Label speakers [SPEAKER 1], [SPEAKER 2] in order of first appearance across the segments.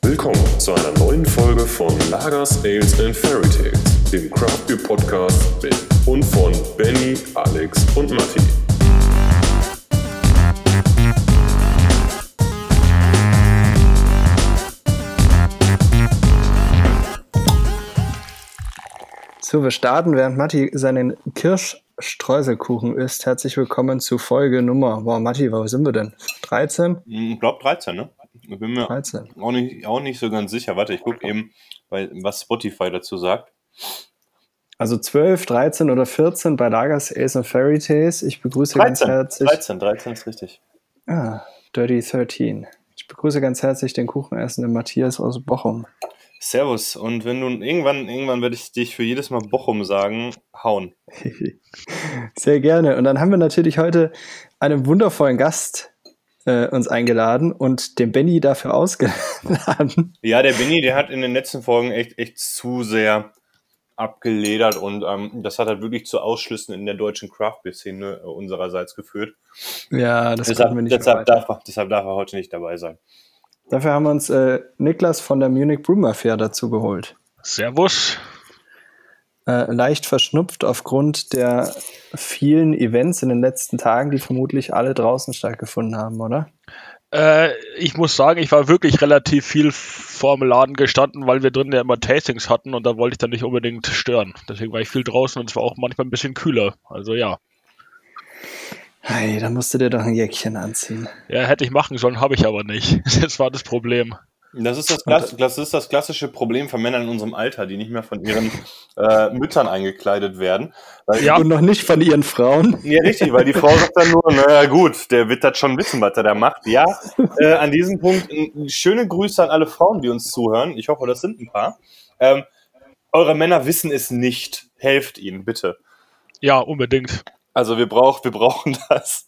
[SPEAKER 1] Willkommen zu einer neuen Folge von Lagers, Ales and Fairy Tales, dem Craft Beer Podcast mit und von Benny, Alex und Matti.
[SPEAKER 2] So, wir starten, während Matti seinen Kirschstreuselkuchen isst. Herzlich willkommen zu Folge Nummer. Wow, Matti, wo sind wir denn? 13?
[SPEAKER 3] Ich glaube 13, ne? Ich bin mir
[SPEAKER 2] 13.
[SPEAKER 3] auch nicht so ganz sicher. Warte, ich gucke eben, was Spotify dazu sagt.
[SPEAKER 2] Also 12, 13 oder 14 bei Lagers, Ales and Fairy Tales. Ich begrüße ganz herzlich...
[SPEAKER 3] 13 ist richtig.
[SPEAKER 2] Dirty 13. Ich begrüße ganz herzlich den kuchenessenden Matthias aus Bochum.
[SPEAKER 3] Servus. Und wenn du irgendwann werde ich dich für jedes Mal Bochum sagen, hauen.
[SPEAKER 2] Sehr gerne. Und dann haben wir natürlich heute einen wundervollen Gast uns eingeladen und den Benny dafür ausgeladen.
[SPEAKER 3] Ja, der Benny, der hat in den letzten Folgen echt zu sehr abgeledert und das hat halt wirklich zu Ausschlüssen in der deutschen Craft-Beer-Szene unsererseits geführt.
[SPEAKER 2] Ja,
[SPEAKER 3] deshalb darf er heute nicht dabei sein.
[SPEAKER 2] Dafür haben wir uns Niklas von der Munich Brew Mafia dazu geholt.
[SPEAKER 4] Servus.
[SPEAKER 2] Leicht verschnupft aufgrund der vielen Events in den letzten Tagen, die vermutlich alle draußen stattgefunden haben, oder?
[SPEAKER 4] Ich muss sagen, ich war wirklich relativ viel vorm Laden gestanden, weil wir drinnen ja immer Tastings hatten und da wollte ich dann nicht unbedingt stören. Deswegen war ich viel draußen und es war auch manchmal ein bisschen kühler. Also ja.
[SPEAKER 2] Hey, da musst du dir doch ein Jäckchen anziehen.
[SPEAKER 4] Ja, hätte ich machen sollen, habe ich aber nicht. Das war das Problem.
[SPEAKER 3] Das ist das klassische Problem von Männern in unserem Alter, die nicht mehr von ihren Müttern eingekleidet werden.
[SPEAKER 2] Und noch nicht von ihren Frauen.
[SPEAKER 3] Ja, richtig, weil die Frau sagt dann nur, naja gut, der wird das schon wissen, was er da macht. Ja, an diesem Punkt schöne Grüße an alle Frauen, die uns zuhören. Ich hoffe, das sind ein paar. Eure Männer wissen es nicht. Helft ihnen, bitte.
[SPEAKER 4] Ja, unbedingt.
[SPEAKER 3] Also wir brauchen das.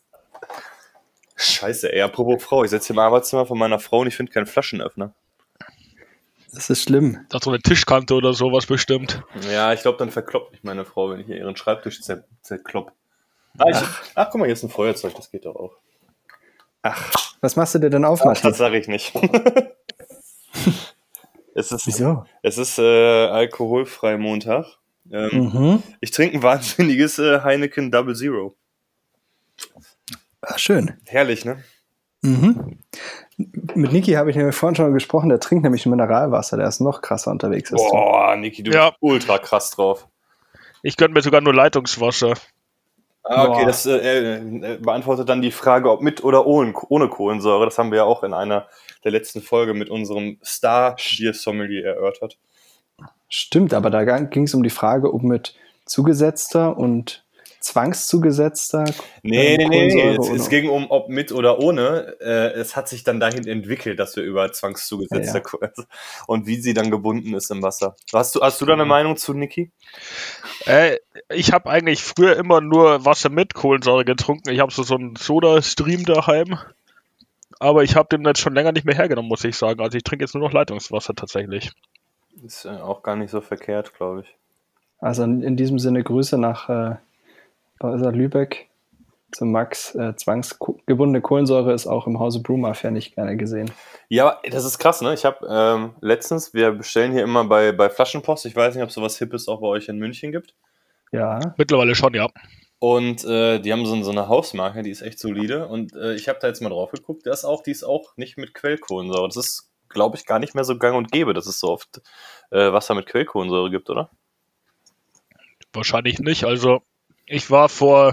[SPEAKER 3] Scheiße, ey, apropos Frau, ich sitze hier im Arbeitszimmer von meiner Frau und ich finde keinen Flaschenöffner.
[SPEAKER 2] Das ist schlimm.
[SPEAKER 4] Da so eine Tischkante oder sowas bestimmt.
[SPEAKER 3] Ja, ich glaube, dann verkloppt mich meine Frau, wenn ich hier ihren Schreibtisch zerklopp. Guck mal, hier ist ein Feuerzeug, das geht doch auch.
[SPEAKER 2] Ach, was machst du dir denn auf, Matti?
[SPEAKER 3] Das sage ich nicht.
[SPEAKER 2] Wieso?
[SPEAKER 3] Es ist alkoholfrei Montag. Ich trinke ein wahnsinniges Heineken Double Zero.
[SPEAKER 2] Ach, schön.
[SPEAKER 3] Herrlich, ne?
[SPEAKER 2] Mhm. Mit Niki habe ich nämlich vorhin schon gesprochen, der trinkt nämlich Mineralwasser, der ist noch krasser unterwegs.
[SPEAKER 3] Boah, Niki, du bist ultra krass drauf.
[SPEAKER 4] Ich gönne mir sogar nur Leitungswasser.
[SPEAKER 3] Okay, das beantwortet dann die Frage, ob mit oder ohne Kohlensäure. Das haben wir ja auch in einer der letzten Folge mit unserem Star-Bier-Sommelier erörtert.
[SPEAKER 2] Stimmt, aber da ging es um die Frage, ob mit zugesetzter und zwangszugesetzter.
[SPEAKER 3] Nee. Es ging um, ob mit oder ohne. Es hat sich dann dahin entwickelt, dass wir über zwangszugesetzter und wie sie dann gebunden ist im Wasser. Hast du da eine Meinung zu, Niki?
[SPEAKER 4] Ich habe eigentlich früher immer nur Wasser mit Kohlensäure getrunken. Ich habe so einen Soda-Stream daheim. Aber ich habe den jetzt schon länger nicht mehr hergenommen, muss ich sagen. Also ich trinke jetzt nur noch Leitungswasser tatsächlich.
[SPEAKER 3] Ist auch gar nicht so verkehrt, glaube ich.
[SPEAKER 2] Also in diesem Sinne Grüße nach Lübeck zu Max. Zwangsgebundene Kohlensäure ist auch im Hause Brew Mafia nicht gerne gesehen.
[SPEAKER 3] Ja, aber das ist krass, ne? Ich habe letztens, wir bestellen hier immer bei Flaschenpost. Ich weiß nicht, ob es sowas Hippes auch bei euch in München gibt.
[SPEAKER 2] Ja.
[SPEAKER 4] Mittlerweile schon, ja.
[SPEAKER 3] Und die haben so eine Hausmarke, die ist echt solide. Und ich habe da jetzt mal drauf geguckt, die ist auch nicht mit Quellkohlensäure. Das ist, glaube ich, gar nicht mehr so gang und gäbe, dass es so oft Wasser mit Quellkohlensäure gibt, oder?
[SPEAKER 4] Wahrscheinlich nicht. Also ich war vor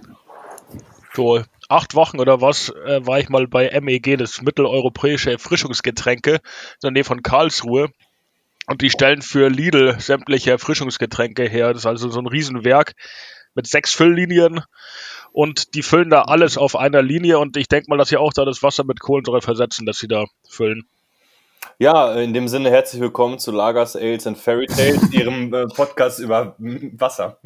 [SPEAKER 4] 8 Wochen oder was, war ich mal bei MEG, das mitteleuropäische Erfrischungsgetränke, in der Nähe von Karlsruhe. Und die stellen für Lidl sämtliche Erfrischungsgetränke her. Das ist also so ein Riesenwerk mit 6 Fülllinien. Und die füllen da alles auf einer Linie. Und ich denke mal, dass sie auch da das Wasser mit Kohlensäure versetzen, dass sie da füllen.
[SPEAKER 3] Ja, in dem Sinne herzlich willkommen zu Lagers, Ales and Fairy Tales, Ihrem Podcast über Wasser.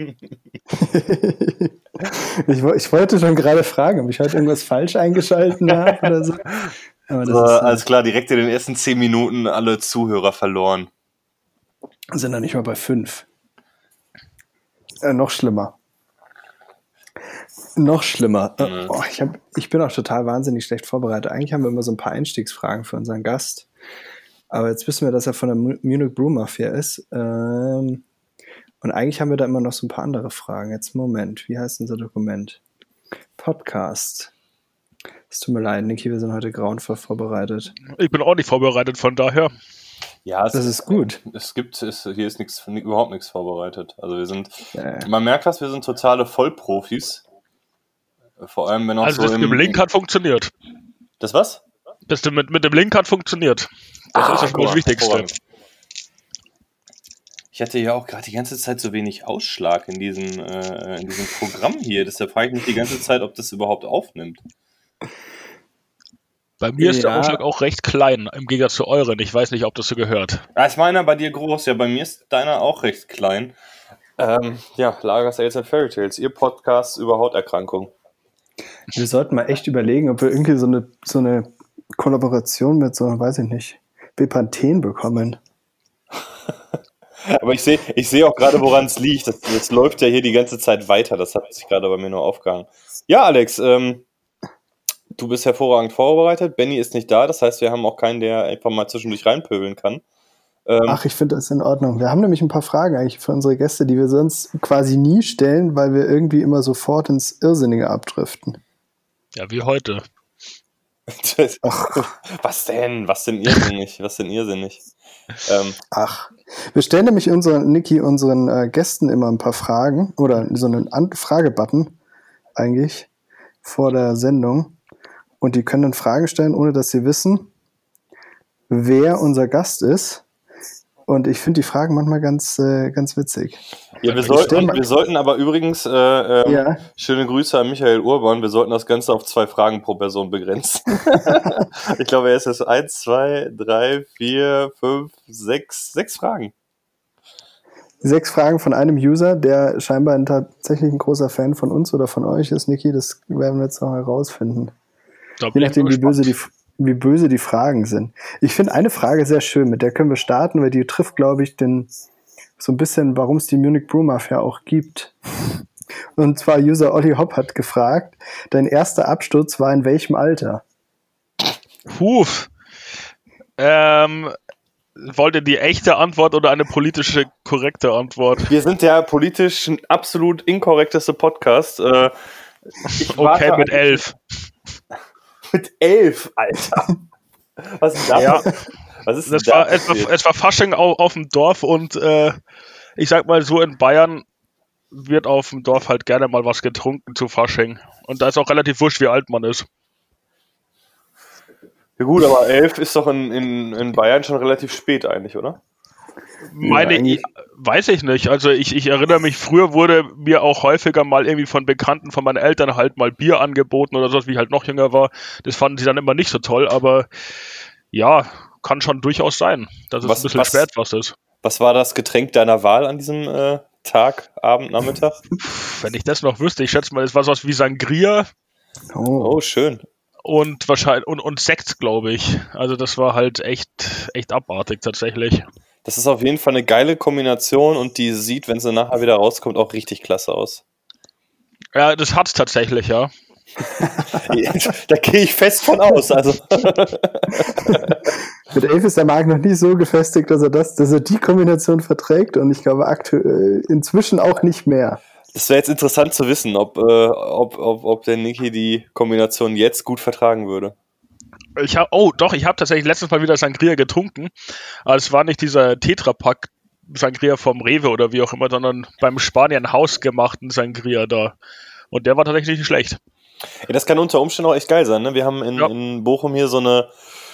[SPEAKER 2] Ich wollte schon gerade fragen, ob ich heute irgendwas falsch eingeschalten habe oder so. Aber das
[SPEAKER 3] alles klar, direkt in den ersten 10 Minuten alle Zuhörer verloren.
[SPEAKER 2] Sind noch nicht mal bei 5. Noch schlimmer. Ich bin auch total wahnsinnig schlecht vorbereitet. Eigentlich haben wir immer so ein paar Einstiegsfragen für unseren Gast. Aber jetzt wissen wir, dass er von der Munich Brew Mafia ist. Und eigentlich haben wir da immer noch so ein paar andere Fragen. Jetzt Moment, wie heißt unser Dokument? Podcast. Es tut mir leid, Niki, wir sind heute grauenvoll vorbereitet.
[SPEAKER 4] Ich bin auch nicht vorbereitet, von daher.
[SPEAKER 3] Ja,
[SPEAKER 2] Das ist gut.
[SPEAKER 3] Hier ist überhaupt nichts vorbereitet. Also man merkt, dass wir sind totale Vollprofis. Vor allem, wenn auch
[SPEAKER 4] Also
[SPEAKER 3] so
[SPEAKER 4] das mit dem Link hat funktioniert.
[SPEAKER 3] Das was?
[SPEAKER 4] Das mit dem Link hat funktioniert. Das ist das Wichtigste.
[SPEAKER 3] Ich hatte ja auch gerade die ganze Zeit so wenig Ausschlag in diesem Programm hier. Deshalb frage ich mich die ganze Zeit, ob das überhaupt aufnimmt.
[SPEAKER 4] Bei mir ist der Ausschlag auch recht klein, im Gegensatz zu euren. Ich weiß nicht, ob das so gehört.
[SPEAKER 3] Ist meiner bei dir groß? Ja, bei mir ist deiner auch recht klein. Lagers, Ales and Fairy Tales, ihr Podcast über Hauterkrankung.
[SPEAKER 2] Wir sollten mal echt überlegen, ob wir irgendwie so eine Kollaboration mit so, weiß ich nicht, Bepanthen bekommen.
[SPEAKER 3] Aber ich sehe auch gerade, woran es liegt. Das läuft ja hier die ganze Zeit weiter. Das hat sich gerade bei mir nur aufgehangen. Ja, Alex, du bist hervorragend vorbereitet. Benny ist nicht da. Das heißt, wir haben auch keinen, der einfach mal zwischendurch reinpöbeln kann.
[SPEAKER 2] Ach, ich finde das in Ordnung. Wir haben nämlich ein paar Fragen eigentlich für unsere Gäste, die wir sonst quasi nie stellen, weil wir irgendwie immer sofort ins Irrsinnige abdriften.
[SPEAKER 4] Ja, wie heute.
[SPEAKER 3] Was denn? Was denn irrsinnig?
[SPEAKER 2] Wir stellen nämlich unseren Gästen immer ein paar Fragen oder so einen Fragebutton eigentlich vor der Sendung und die können dann Fragen stellen, ohne dass sie wissen, wer unser Gast ist. Und ich finde die Fragen manchmal ganz witzig.
[SPEAKER 3] Ja, wir sollten aber übrigens, schöne Grüße an Michael Urban, wir sollten das Ganze auf 2 Fragen pro Person begrenzen. Ich glaube, er ist jetzt 1, 2, 3, 4, 5, 6 Fragen.
[SPEAKER 2] 6 Fragen von einem User, der scheinbar tatsächlich ein großer Fan von uns oder von euch ist, Niki, das werden wir jetzt noch herausfinden. Je nachdem, wie böse die Fragen sind. Ich finde eine Frage sehr schön, mit der können wir starten, weil die trifft, glaube ich, so ein bisschen, warum es die Munich Brew Mafia auch gibt. Und zwar User Olli Hopp hat gefragt, dein erster Absturz war in welchem Alter?
[SPEAKER 4] Wollt ihr die echte Antwort oder eine politische korrekte Antwort?
[SPEAKER 3] Wir sind der politisch absolut inkorrekteste Podcast.
[SPEAKER 4] Okay, mit 11.
[SPEAKER 3] Mit 11, Alter. Was ist das?
[SPEAKER 4] Ja. Was ist das? Es war Fasching auf dem Dorf und ich sag mal so, in Bayern wird auf dem Dorf halt gerne mal was getrunken zu Fasching. Und da ist auch relativ wurscht, wie alt man ist.
[SPEAKER 3] Ja gut, aber 11 ist doch in Bayern schon relativ spät eigentlich, oder?
[SPEAKER 4] Weiß ich nicht. Also ich erinnere mich, früher wurde mir auch häufiger mal irgendwie von Bekannten von meinen Eltern halt mal Bier angeboten oder so, wie ich halt noch jünger war. Das fanden sie dann immer nicht so toll, aber ja, kann schon durchaus sein, dass es ein bisschen spät was ist.
[SPEAKER 3] Was war das Getränk deiner Wahl an diesem Tag, Abend, Nachmittag?
[SPEAKER 4] Wenn ich das noch wüsste, ich schätze mal, es war sowas wie Sangria.
[SPEAKER 3] Oh, schön.
[SPEAKER 4] Und wahrscheinlich und Sekt, glaube ich. Also das war halt echt abartig tatsächlich.
[SPEAKER 3] Das ist auf jeden Fall eine geile Kombination und die sieht, wenn sie nachher wieder rauskommt, auch richtig klasse aus.
[SPEAKER 4] Ja, das hat's tatsächlich, ja.
[SPEAKER 3] Da gehe ich fest von aus. Also.
[SPEAKER 2] Mit 11 ist der Marc noch nie so gefestigt, dass er die Kombination verträgt und ich glaube aktuell inzwischen auch nicht mehr.
[SPEAKER 3] Das wäre jetzt interessant zu wissen, ob der Niki die Kombination jetzt gut vertragen würde.
[SPEAKER 4] Ich habe tatsächlich letztens mal wieder Sangria getrunken. Aber es war nicht dieser Tetrapack Sangria vom Rewe oder wie auch immer, sondern beim Spanien hausgemachten Sangria da. Und der war tatsächlich nicht schlecht.
[SPEAKER 3] Ja, das kann unter Umständen auch echt geil sein. Ne? Wir haben in Bochum hier so eine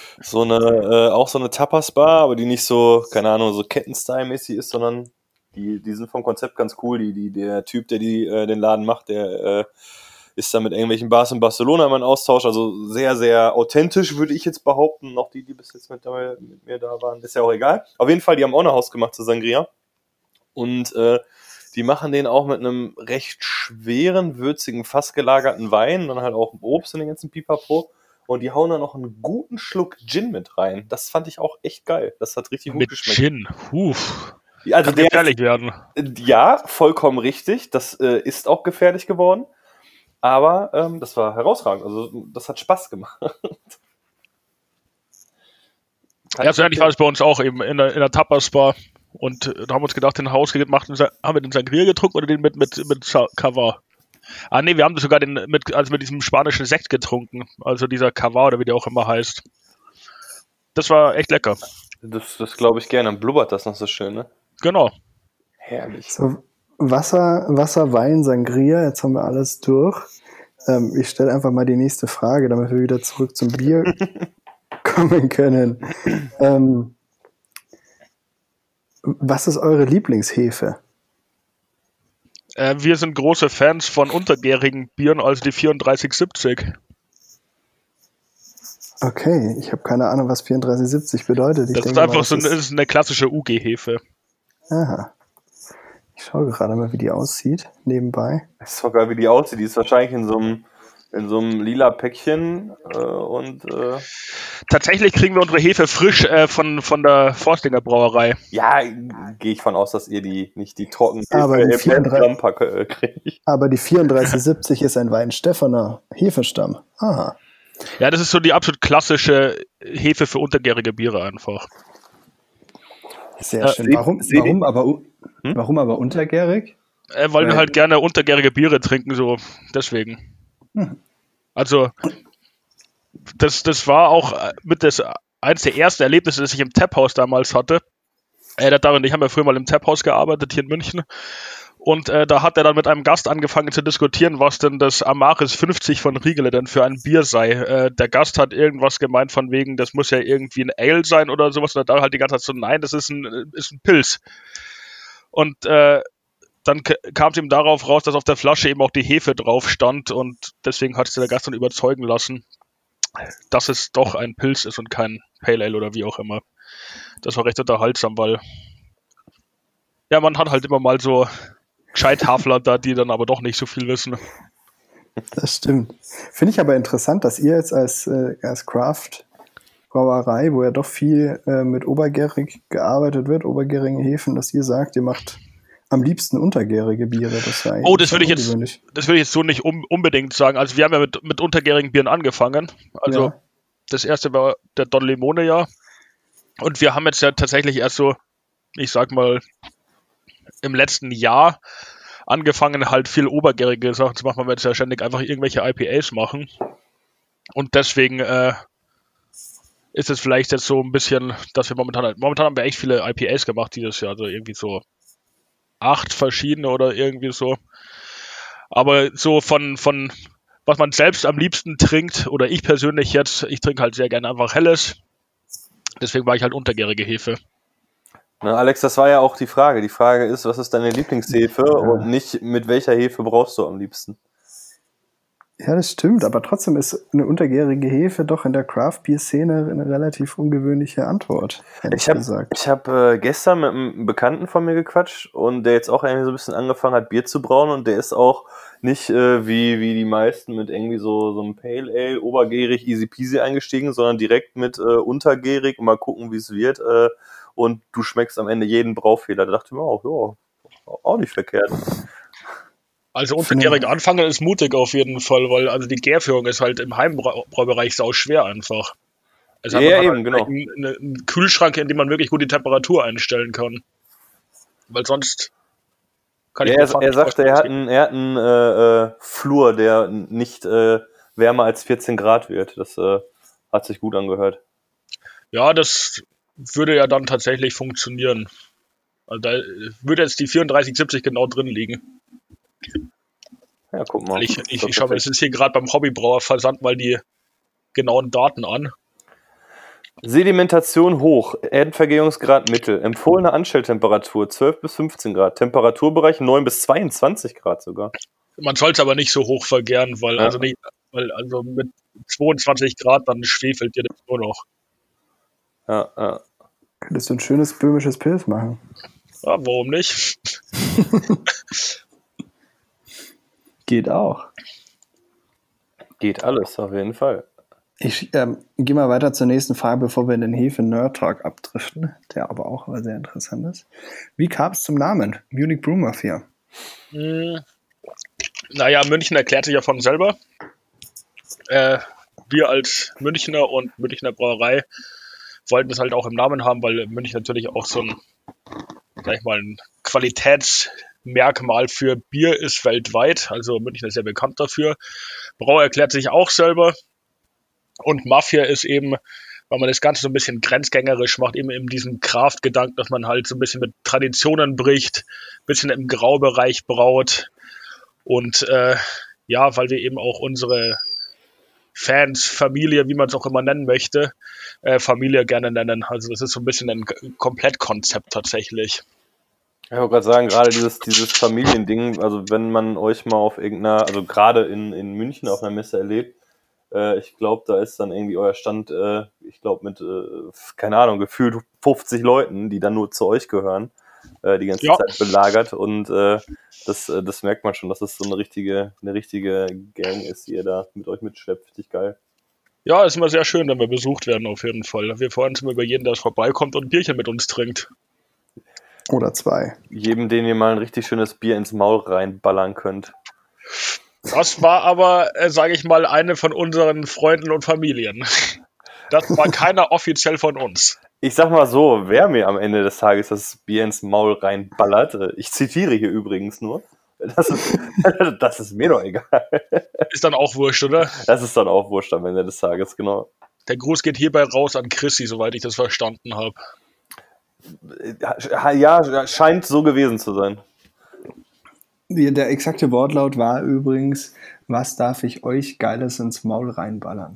[SPEAKER 3] Tapas-Bar, aber die nicht so, keine Ahnung, so Ketten-Style-mäßig ist, sondern die sind vom Konzept ganz cool. Der Typ, der den Laden macht, der ist da mit irgendwelchen Bars in Barcelona immer in Austausch. Also sehr, sehr authentisch, würde ich jetzt behaupten. Auch die bis jetzt mit mir da waren, ist ja auch egal. Auf jeden Fall, die haben auch eine hausgemachte Sangria. Und die machen den auch mit einem recht schweren, würzigen, fast gelagerten Wein. Dann halt auch Obst in den ganzen Pipapo. Und die hauen da noch einen guten Schluck Gin mit rein. Das fand ich auch echt geil. Das hat richtig gut geschmeckt.
[SPEAKER 4] Mit Gin,
[SPEAKER 3] Also
[SPEAKER 4] kann gefährlich werden.
[SPEAKER 3] Ja, vollkommen richtig. Das ist auch gefährlich geworden. Aber das war herausragend. Also das hat Spaß gemacht.
[SPEAKER 4] Ja, so ähnlich war es bei uns auch eben in der Tapas-Bar. Und da haben wir uns gedacht, den Haus gemacht, haben wir den Sangria getrunken oder den mit Cava? Ah nee, wir haben das sogar mit diesem spanischen Sekt getrunken. Also dieser Cava oder wie der auch immer heißt. Das war echt lecker.
[SPEAKER 3] Das glaube ich gerne. Dann blubbert das noch so schön, ne?
[SPEAKER 4] Genau.
[SPEAKER 3] Herrlich.
[SPEAKER 2] So, Wasser, Wein, Sangria, jetzt haben wir alles durch. Ich stelle einfach mal die nächste Frage, damit wir wieder zurück zum Bier kommen können. Was ist eure Lieblingshefe?
[SPEAKER 4] Wir sind große Fans von untergärigen Bieren, also die 3470.
[SPEAKER 2] Okay, ich habe keine Ahnung, was 3470 bedeutet.
[SPEAKER 4] Das ist einfach ist eine klassische UG-Hefe.
[SPEAKER 2] Aha. Ich schaue gerade mal, wie die aussieht, nebenbei.
[SPEAKER 3] Das ist doch geil, wie die aussieht. Die ist wahrscheinlich in so einem lila Päckchen
[SPEAKER 4] Tatsächlich kriegen wir unsere Hefe frisch von der Forstinger Brauerei.
[SPEAKER 3] Ja, gehe ich von aus, dass ihr nicht die Trockenhefe
[SPEAKER 2] aber die
[SPEAKER 3] 34, kriegt.
[SPEAKER 2] Aber die 3470 ist ein Weinstephaner Hefestamm. Aha.
[SPEAKER 4] Ja, das ist so die absolut klassische Hefe für untergärige Biere einfach.
[SPEAKER 2] Sehr schön. Warum aber untergärig?
[SPEAKER 4] Weil wir halt gerne untergärige Biere trinken, so deswegen. Also, das war auch eines der ersten Erlebnisse, das ich im Taphaus damals hatte. Der Darin und ich haben ja früher mal im Taphaus gearbeitet, hier in München. Und da hat er dann mit einem Gast angefangen zu diskutieren, was denn das Amaris 50 von Riegele denn für ein Bier sei. Der Gast hat irgendwas gemeint von wegen, das muss ja irgendwie ein Ale sein oder sowas. Und da halt die ganze Zeit so, nein, das ist ein Pilz. Und dann kam es ihm darauf raus, dass auf der Flasche eben auch die Hefe drauf stand. Und deswegen hat sich der Gast dann überzeugen lassen, dass es doch ein Pilz ist und kein Pale Ale oder wie auch immer. Das war recht unterhaltsam, weil ja, man hat halt immer mal so Gescheithafler da, die dann aber doch nicht so viel wissen.
[SPEAKER 2] Das stimmt. Finde ich aber interessant, dass ihr jetzt als Craft-Brauerei, wo ja doch viel mit obergärig gearbeitet wird, obergärigen Hefen, dass ihr sagt, ihr macht am liebsten untergärige Biere. Das
[SPEAKER 4] würde ich jetzt so nicht unbedingt sagen. Also wir haben ja mit untergärigen Bieren angefangen. Also ja. Das erste war der Don Limone ja. Und wir haben jetzt ja tatsächlich erst so, ich sag mal, im letzten Jahr angefangen, halt viel obergärige Sachen zu machen, weil wir jetzt ja ständig einfach irgendwelche IPAs machen. Und deswegen ist es vielleicht jetzt so ein bisschen, dass wir momentan haben wir echt viele IPAs gemacht dieses Jahr, also irgendwie so 8 verschiedene oder irgendwie so. Aber so von was man selbst am liebsten trinkt, oder ich persönlich jetzt, ich trinke halt sehr gerne einfach Helles. Deswegen war ich halt untergärige Hefe.
[SPEAKER 3] Na, Alex, das war ja auch die Frage. Die Frage ist, was ist deine Lieblingshefe und nicht mit welcher Hefe brauchst du am liebsten?
[SPEAKER 2] Ja, das stimmt, aber trotzdem ist eine untergärige Hefe doch in der Craft-Bier-Szene eine relativ ungewöhnliche Antwort, hätte ich gesagt.
[SPEAKER 3] Ich habe gestern mit einem Bekannten von mir gequatscht und der jetzt auch irgendwie so ein bisschen angefangen hat, Bier zu brauen, und der ist auch nicht wie die meisten mit irgendwie so einem Pale Ale, obergärig, easy peasy eingestiegen, sondern direkt mit untergärig und mal gucken, wie es wird. Und du schmeckst am Ende jeden Braufehler. Da dachte ich mir auch, auch nicht verkehrt.
[SPEAKER 4] Also untergärig anfangen ist mutig auf jeden Fall, weil also die Gärführung ist halt im Heimbraubereich sau schwer einfach. Also
[SPEAKER 3] ja, eben, genau.
[SPEAKER 4] Einen Kühlschrank, in dem man wirklich gut die Temperatur einstellen kann. Weil sonst kann
[SPEAKER 3] er sagte, er hat einen Flur, der nicht wärmer als 14 Grad wird. Das hat sich gut angehört.
[SPEAKER 4] Ja, das würde ja dann tatsächlich funktionieren. Also da würde jetzt die 3470 genau drin liegen.
[SPEAKER 3] Ja, guck mal.
[SPEAKER 4] Ich schaue mir das jetzt hier gerade beim Hobbybrauer Versand mal die genauen Daten an.
[SPEAKER 3] Sedimentation hoch, Erdenvergehungsgrad mittel, empfohlene Anstelltemperatur 12 bis 15 Grad, Temperaturbereich 9 bis 22 Grad sogar.
[SPEAKER 4] Man soll es aber nicht so hoch vergären, weil also mit 22 Grad dann schwefelt dir das nur noch.
[SPEAKER 2] Ja. Könntest du ein schönes böhmisches Pilz machen?
[SPEAKER 4] Ja, warum nicht?
[SPEAKER 2] Geht auch.
[SPEAKER 3] Geht alles, auf jeden Fall.
[SPEAKER 2] Ich gehe mal weiter zur nächsten Frage, bevor wir in den Hefe-Nerd-Talk abdriften, der aber auch sehr interessant ist. Wie kam es zum Namen Munich Brew Mafia?
[SPEAKER 4] Naja, München erklärt sich ja von selber. Wir als Münchner und Münchner Brauerei wollten das halt auch im Namen haben, weil München natürlich auch so ein, sag ich mal, ein Qualitätsmerkmal für Bier ist weltweit. Also München ist ja bekannt dafür. Brauer erklärt sich auch selber. Und Mafia ist eben, weil man das Ganze so ein bisschen grenzgängerisch macht, eben in diesem Craft-Gedanken, dass man halt so ein bisschen mit Traditionen bricht, ein bisschen im Graubereich braut. Und weil wir eben auch unsere Fans, Familie, wie man es auch immer nennen möchte, Familie gerne nennen. Also das ist so ein bisschen ein Komplettkonzept tatsächlich.
[SPEAKER 3] Ich wollte gerade sagen, gerade dieses Familiending, also wenn man euch mal auf irgendeiner, also gerade in München auf einer Messe erlebt, ich glaube, da ist dann irgendwie euer Stand, ich glaube mit, keine Ahnung, gefühlt 50 Leuten, die dann nur zu euch gehören, die ganze Zeit belagert und das merkt man schon, dass das so eine richtige Gang ist, die ihr da mit euch mitschleppt. Richtig geil.
[SPEAKER 4] Ja, ist immer sehr schön, wenn wir besucht werden, auf jeden Fall. Wir freuen uns immer über jeden, der vorbeikommt und ein Bierchen mit uns trinkt.
[SPEAKER 2] Oder 2.
[SPEAKER 3] Jedem, den ihr mal ein richtig schönes Bier ins Maul reinballern könnt.
[SPEAKER 4] Das war aber, sage ich mal, eine von unseren Freunden und Familien. Das war keiner offiziell von uns.
[SPEAKER 3] Ich sag mal so, wer mir am Ende des Tages das Bier ins Maul reinballert, ich zitiere hier übrigens nur, das ist mir doch egal.
[SPEAKER 4] Ist dann auch wurscht, oder?
[SPEAKER 3] Das ist dann auch wurscht am Ende des Tages, genau.
[SPEAKER 4] Der Gruß geht hierbei raus an Chrissy, soweit ich das verstanden habe.
[SPEAKER 3] Ja, scheint so gewesen zu sein.
[SPEAKER 2] Der exakte Wortlaut war übrigens, was darf ich euch Geiles ins Maul reinballern?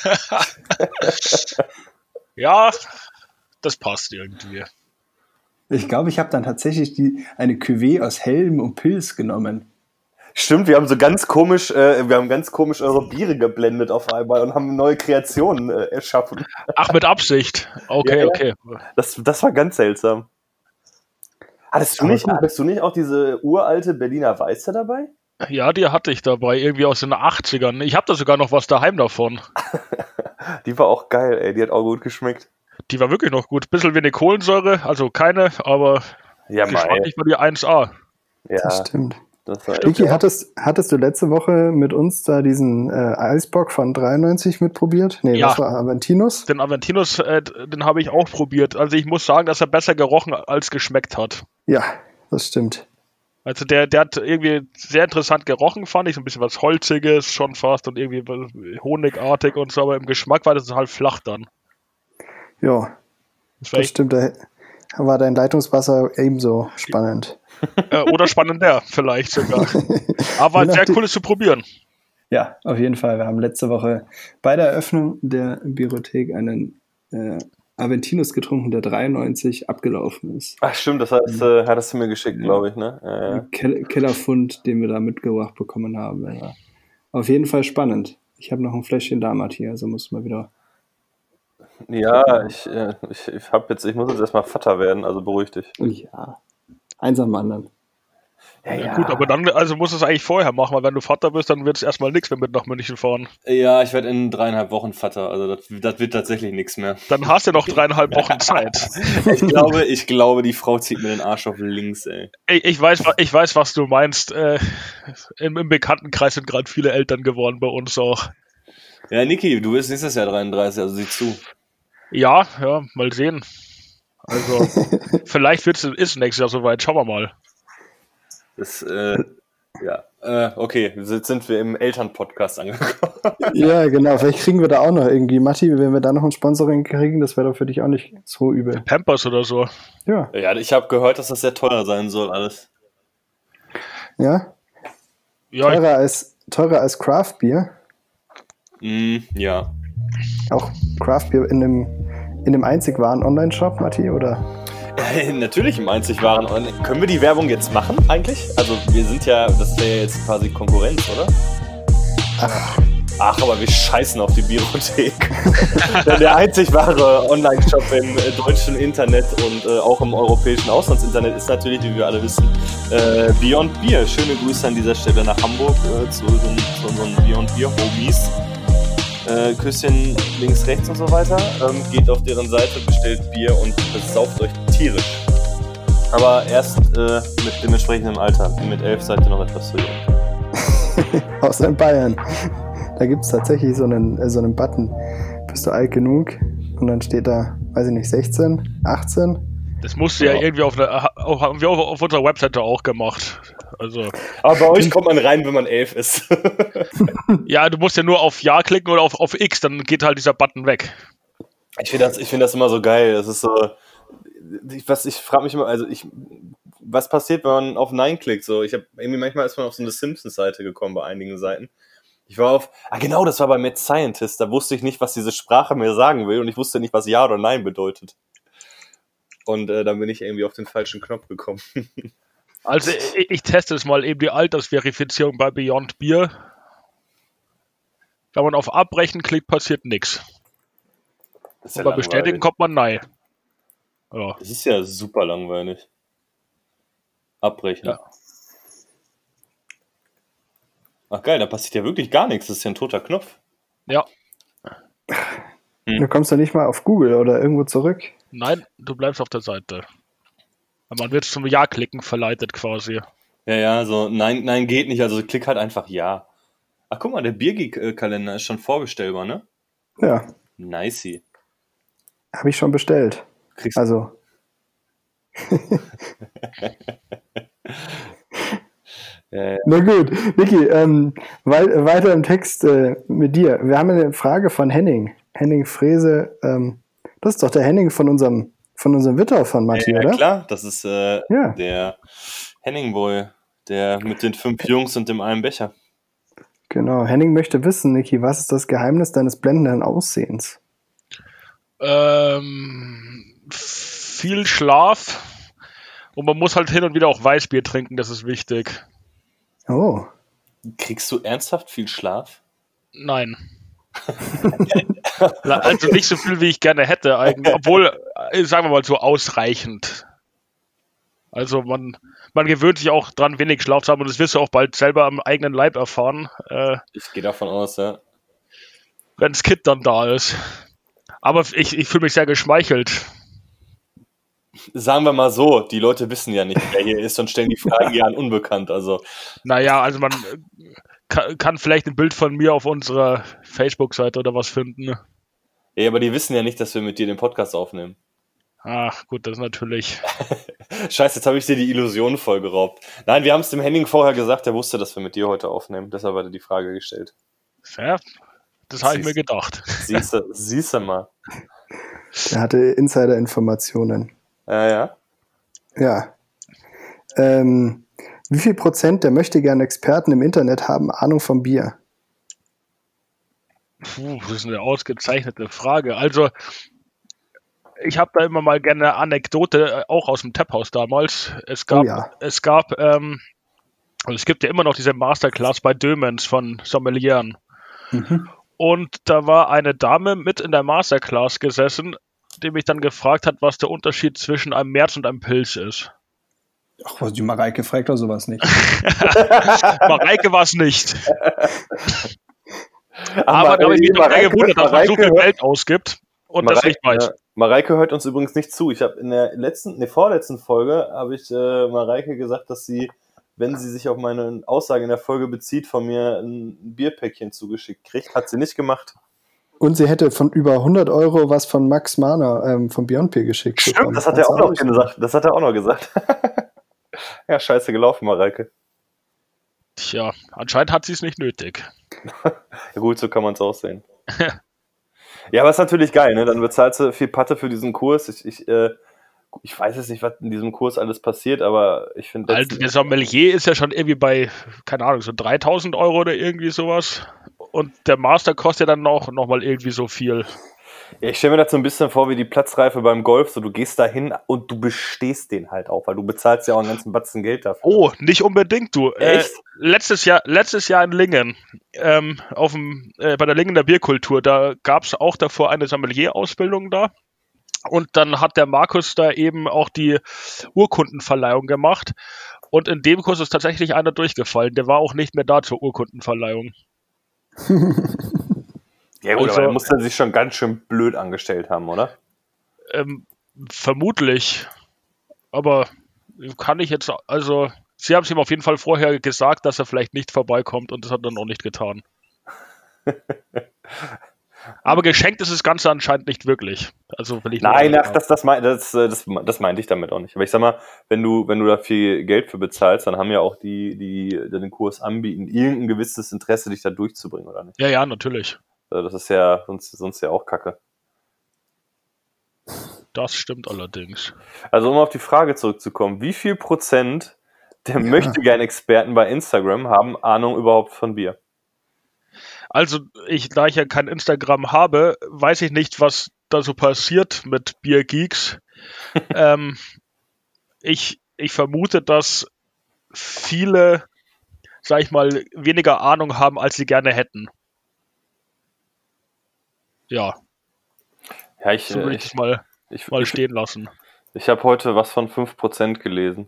[SPEAKER 4] Ja, das passt irgendwie.
[SPEAKER 2] Ich glaube, ich habe dann tatsächlich eine Cuvée aus Helm und Pils genommen.
[SPEAKER 3] Stimmt, wir haben ganz komisch eure Biere geblendet auf einmal und haben neue Kreationen erschaffen.
[SPEAKER 4] Ach, mit Absicht. Okay, ja, okay.
[SPEAKER 3] Das war ganz seltsam. Hattest du nicht auch diese uralte Berliner Weiße dabei?
[SPEAKER 4] Ja, die hatte ich dabei, irgendwie aus den 80ern. Ich habe da sogar noch was daheim davon.
[SPEAKER 3] Die war auch geil, ey. Die hat auch gut geschmeckt.
[SPEAKER 4] Die war wirklich noch gut. Bisschen wenig Kohlensäure, also keine, aber geschmacklich war die 1A.
[SPEAKER 2] Ja, das stimmt. Niki, hattest du letzte Woche mit uns da diesen Eisbock von 93 mitprobiert? Nee, ja. Das war Aventinus.
[SPEAKER 4] Den Aventinus, den habe ich auch probiert. Also ich muss sagen, dass er besser gerochen als geschmeckt hat.
[SPEAKER 2] Ja, das stimmt.
[SPEAKER 4] Also der hat irgendwie sehr interessant gerochen, fand ich. So ein bisschen was Holziges schon fast und irgendwie honigartig und so, aber im Geschmack war das halt flach dann.
[SPEAKER 2] Ja, das stimmt. Da war dein Leitungswasser ebenso spannend.
[SPEAKER 4] Oder spannender vielleicht sogar. Aber sehr cool ist zu probieren.
[SPEAKER 2] Ja, auf jeden Fall. Wir haben letzte Woche bei der Eröffnung der Biothek einen Aventinus getrunken, der 93 abgelaufen ist.
[SPEAKER 3] Ach stimmt, das hattest du mir geschickt, glaube ich, ne?
[SPEAKER 2] Ja. Kellerfund, den wir da mitgebracht bekommen haben. Ja. Auf jeden Fall spannend. Ich habe noch ein Fläschchen Damat hier, also muss mal wieder...
[SPEAKER 3] Ja, ich muss jetzt erstmal Vater werden, also beruhig dich.
[SPEAKER 2] Ja, eins am anderen.
[SPEAKER 4] Ja, gut, aber dann musst du es eigentlich vorher machen, weil wenn du Vater bist, dann wird es erstmal nichts, wenn wir nach München fahren.
[SPEAKER 3] Ja, ich werde in 3,5 Wochen Vater, also das wird tatsächlich nichts mehr.
[SPEAKER 4] Dann hast du noch 3,5 Wochen Zeit.
[SPEAKER 3] Ich glaube, die Frau zieht mir den Arsch auf links, ey.
[SPEAKER 4] Ich weiß, was du meinst. Im Bekanntenkreis sind gerade viele Eltern geworden, bei uns auch.
[SPEAKER 3] Ja, Niki, du bist nächstes Jahr 33, also sieh zu.
[SPEAKER 4] Ja, mal sehen. Also, vielleicht ist nächstes Jahr soweit, schauen wir mal.
[SPEAKER 3] Okay, jetzt sind wir im Elternpodcast angekommen.
[SPEAKER 2] Ja, genau, vielleicht kriegen wir da auch noch irgendwie, Matti, wenn wir da noch ein Sponsoring kriegen, das wäre doch für dich auch nicht so übel.
[SPEAKER 4] Pampers oder so.
[SPEAKER 2] Ja.
[SPEAKER 3] Ja, ich habe gehört, dass das sehr teuer sein soll, alles.
[SPEAKER 2] Ja? Teurer als Craft Beer?
[SPEAKER 3] Ja.
[SPEAKER 2] Auch Craft Beer in dem einzig wahren Online-Shop, Matti, oder?
[SPEAKER 3] Natürlich im einzig wahren Online. Können wir die Werbung jetzt machen eigentlich? Also wir sind ja, das wäre ja jetzt quasi Konkurrenz, oder? Ach, aber wir scheißen auf die Biothek. Der einzig wahre Online-Shop im deutschen Internet und auch im europäischen Auslandsinternet ist natürlich, wie wir alle wissen, Beyond Beer. Schöne Grüße an dieser Stelle nach Hamburg zu unseren Beyond Beer Homies. Küsschen links, rechts und so weiter. Geht auf deren Seite, bestellt Bier und besauft euch tierisch. Aber erst mit dem entsprechenden Alter. Mit 11 seid ihr noch etwas zu jung.
[SPEAKER 2] Außer in Bayern. Da gibt es tatsächlich so einen Button. Bist du alt genug? Und dann steht da weiß ich nicht, 16, 18?
[SPEAKER 4] Das musst du ja irgendwie haben wir auf unserer Webseite auch gemacht. Also.
[SPEAKER 3] Aber bei euch kommt man rein, wenn man 11 ist.
[SPEAKER 4] Ja, du musst ja nur auf Ja klicken oder auf X, dann geht halt dieser Button weg.
[SPEAKER 3] Ich finde das immer so geil. Das ist so. Ich frage mich immer, was passiert, wenn man auf Nein klickt? So, manchmal ist man auf so eine Simpsons-Seite gekommen bei einigen Seiten. Ich war genau, das war bei Mad Scientist. Da wusste ich nicht, was diese Sprache mir sagen will und ich wusste nicht, was Ja oder Nein bedeutet. Und dann bin ich irgendwie auf den falschen Knopf gekommen.
[SPEAKER 4] Also ich teste es mal eben die Altersverifizierung bei Beyond Beer. Wenn man auf Abbrechen klickt, passiert nichts. Ja, bei Bestätigen kommt man Nein. Ja.
[SPEAKER 3] Das ist ja super langweilig. Abbrechen. Ja. Ach geil, da passiert ja wirklich gar nichts. Das ist ja ein toter Knopf.
[SPEAKER 4] Ja.
[SPEAKER 2] Du kommst doch nicht mal auf Google oder irgendwo zurück.
[SPEAKER 4] Nein, du bleibst auf der Seite. Aber man wird zum Ja-Klicken verleitet quasi.
[SPEAKER 3] Ja, so nein geht nicht. Also klick halt einfach Ja. Ach guck mal, der Biergeek-Kalender ist schon vorbestellbar, ne?
[SPEAKER 2] Ja.
[SPEAKER 3] Nicey.
[SPEAKER 2] Habe ich schon bestellt. Also. Na gut, Niki, weiter im Text mit dir. Wir haben eine Frage von Henning. Henning Frese. Das ist doch der Henning von unserem Witter von Matti, oder?
[SPEAKER 3] Ja, klar. Das ist der Henning Boy, der mit den 5 Jungs und dem einen Becher.
[SPEAKER 2] Genau. Henning möchte wissen, Niki, was ist das Geheimnis deines blendenden Aussehens?
[SPEAKER 4] Viel Schlaf. Und man muss halt hin und wieder auch Weißbier trinken, das ist wichtig.
[SPEAKER 2] Oh.
[SPEAKER 3] Kriegst du ernsthaft viel Schlaf?
[SPEAKER 4] Nein. Also nicht so viel, wie ich gerne hätte, eigentlich. Obwohl, sagen wir mal so, ausreichend. Also man gewöhnt sich auch dran, wenig Schlaf zu haben und das wirst du auch bald selber am eigenen Leib erfahren.
[SPEAKER 3] Ich gehe davon aus, ja.
[SPEAKER 4] Wenn das Kid dann da ist. Aber ich fühle mich sehr geschmeichelt.
[SPEAKER 3] Sagen wir mal so, die Leute wissen ja nicht, wer hier ist und stellen die Fragen ja an unbekannt. Also.
[SPEAKER 4] Naja, also man kann vielleicht ein Bild von mir auf unserer Facebook-Seite oder was finden.
[SPEAKER 3] Ja, aber die wissen ja nicht, dass wir mit dir den Podcast aufnehmen.
[SPEAKER 4] Ach, gut, das ist natürlich...
[SPEAKER 3] Scheiße, jetzt habe ich dir die Illusion voll geraubt. Nein, wir haben es dem Henning vorher gesagt, der wusste, dass wir mit dir heute aufnehmen. Deshalb hat er die Frage gestellt.
[SPEAKER 4] Ja, das habe ich mir gedacht.
[SPEAKER 3] Siehst du mal.
[SPEAKER 2] Der hatte Insider-Informationen.
[SPEAKER 3] Ja.
[SPEAKER 2] Ja. Wie viel Prozent der möchtegern Experten im Internet haben Ahnung vom Bier?
[SPEAKER 4] Das ist eine ausgezeichnete Frage. Also, ich habe da immer mal gerne eine Anekdote, auch aus dem Taphaus damals. Es gibt ja immer noch diese Masterclass bei Dömens von Sommelieren.
[SPEAKER 2] Mhm.
[SPEAKER 4] Und da war eine Dame mit in der Masterclass gesessen, die mich dann gefragt hat, was der Unterschied zwischen einem März und einem Pilz ist.
[SPEAKER 2] Ach, was, die Mareike fragt doch sowas nicht.
[SPEAKER 4] Mareike war es nicht. Aber da habe ich mich doch sehr gewundert, dass man so viel Geld ausgibt und das nicht weiß.
[SPEAKER 3] Ja, Mareike hört uns übrigens nicht zu. Ich habe in der vorletzten Folge habe ich Mareike gesagt, dass sie, wenn sie sich auf meine Aussage in der Folge bezieht, von mir ein Bierpäckchen zugeschickt kriegt. Hat sie nicht gemacht.
[SPEAKER 2] Und sie hätte von über 100 € was von Max Mahner vom Beyond Beer geschickt.
[SPEAKER 3] Stimmt, das hat er auch noch gesagt. Ja, scheiße gelaufen, Mareike.
[SPEAKER 4] Tja, anscheinend hat sie es nicht nötig.
[SPEAKER 3] Ja gut, so kann man es auch sehen. Ja, aber ist natürlich geil, ne? Dann bezahlst du viel Patte für diesen Kurs. Ich weiß jetzt nicht, was in diesem Kurs alles passiert, aber ich finde...
[SPEAKER 4] Also der Sommelier ist ja schon irgendwie bei, keine Ahnung, so 3.000 € oder irgendwie sowas. Und der Master kostet ja dann noch mal irgendwie so viel.
[SPEAKER 3] Ja, ich stelle mir das so ein bisschen vor wie die Platzreife beim Golf. So, du gehst da hin und du bestehst den halt auch, weil du bezahlst ja auch einen ganzen Batzen Geld dafür.
[SPEAKER 4] Oh, nicht unbedingt, du.
[SPEAKER 3] Echt?
[SPEAKER 4] Letztes Jahr in Lingen, bei der Lingener Bierkultur, da gab es auch davor eine Sommelier-Ausbildung da. Und dann hat der Markus da eben auch die Urkundenverleihung gemacht. Und in dem Kurs ist tatsächlich einer durchgefallen. Der war auch nicht mehr da zur Urkundenverleihung.
[SPEAKER 3] Ja gut, aber der muss dann sich schon ganz schön blöd angestellt haben, oder?
[SPEAKER 4] Vermutlich. Aber kann ich jetzt, also sie haben es ihm auf jeden Fall vorher gesagt, dass er vielleicht nicht vorbeikommt und das hat er dann auch nicht getan. Aber geschenkt ist das Ganze anscheinend nicht wirklich. Also will ich
[SPEAKER 3] Nein, das meinte ich damit auch nicht. Aber ich sag mal, wenn du da viel Geld für bezahlst, dann haben ja auch die den Kurs anbieten, irgendein gewisses Interesse, dich da durchzubringen, oder nicht?
[SPEAKER 4] Ja, natürlich.
[SPEAKER 3] Das ist ja sonst ja auch Kacke.
[SPEAKER 4] Das stimmt allerdings.
[SPEAKER 3] Also um auf die Frage zurückzukommen, wie viel Prozent der Möchtegern-Experten bei Instagram haben Ahnung überhaupt von Bier?
[SPEAKER 4] Also, da ich ja kein Instagram habe, weiß ich nicht, was da so passiert mit Biergeeks. Ich vermute, dass viele, sag ich mal, weniger Ahnung haben, als sie gerne hätten. Ja.
[SPEAKER 3] Ja,
[SPEAKER 4] so würde ich es mal stehen lassen.
[SPEAKER 3] Ich habe heute was von 5% gelesen.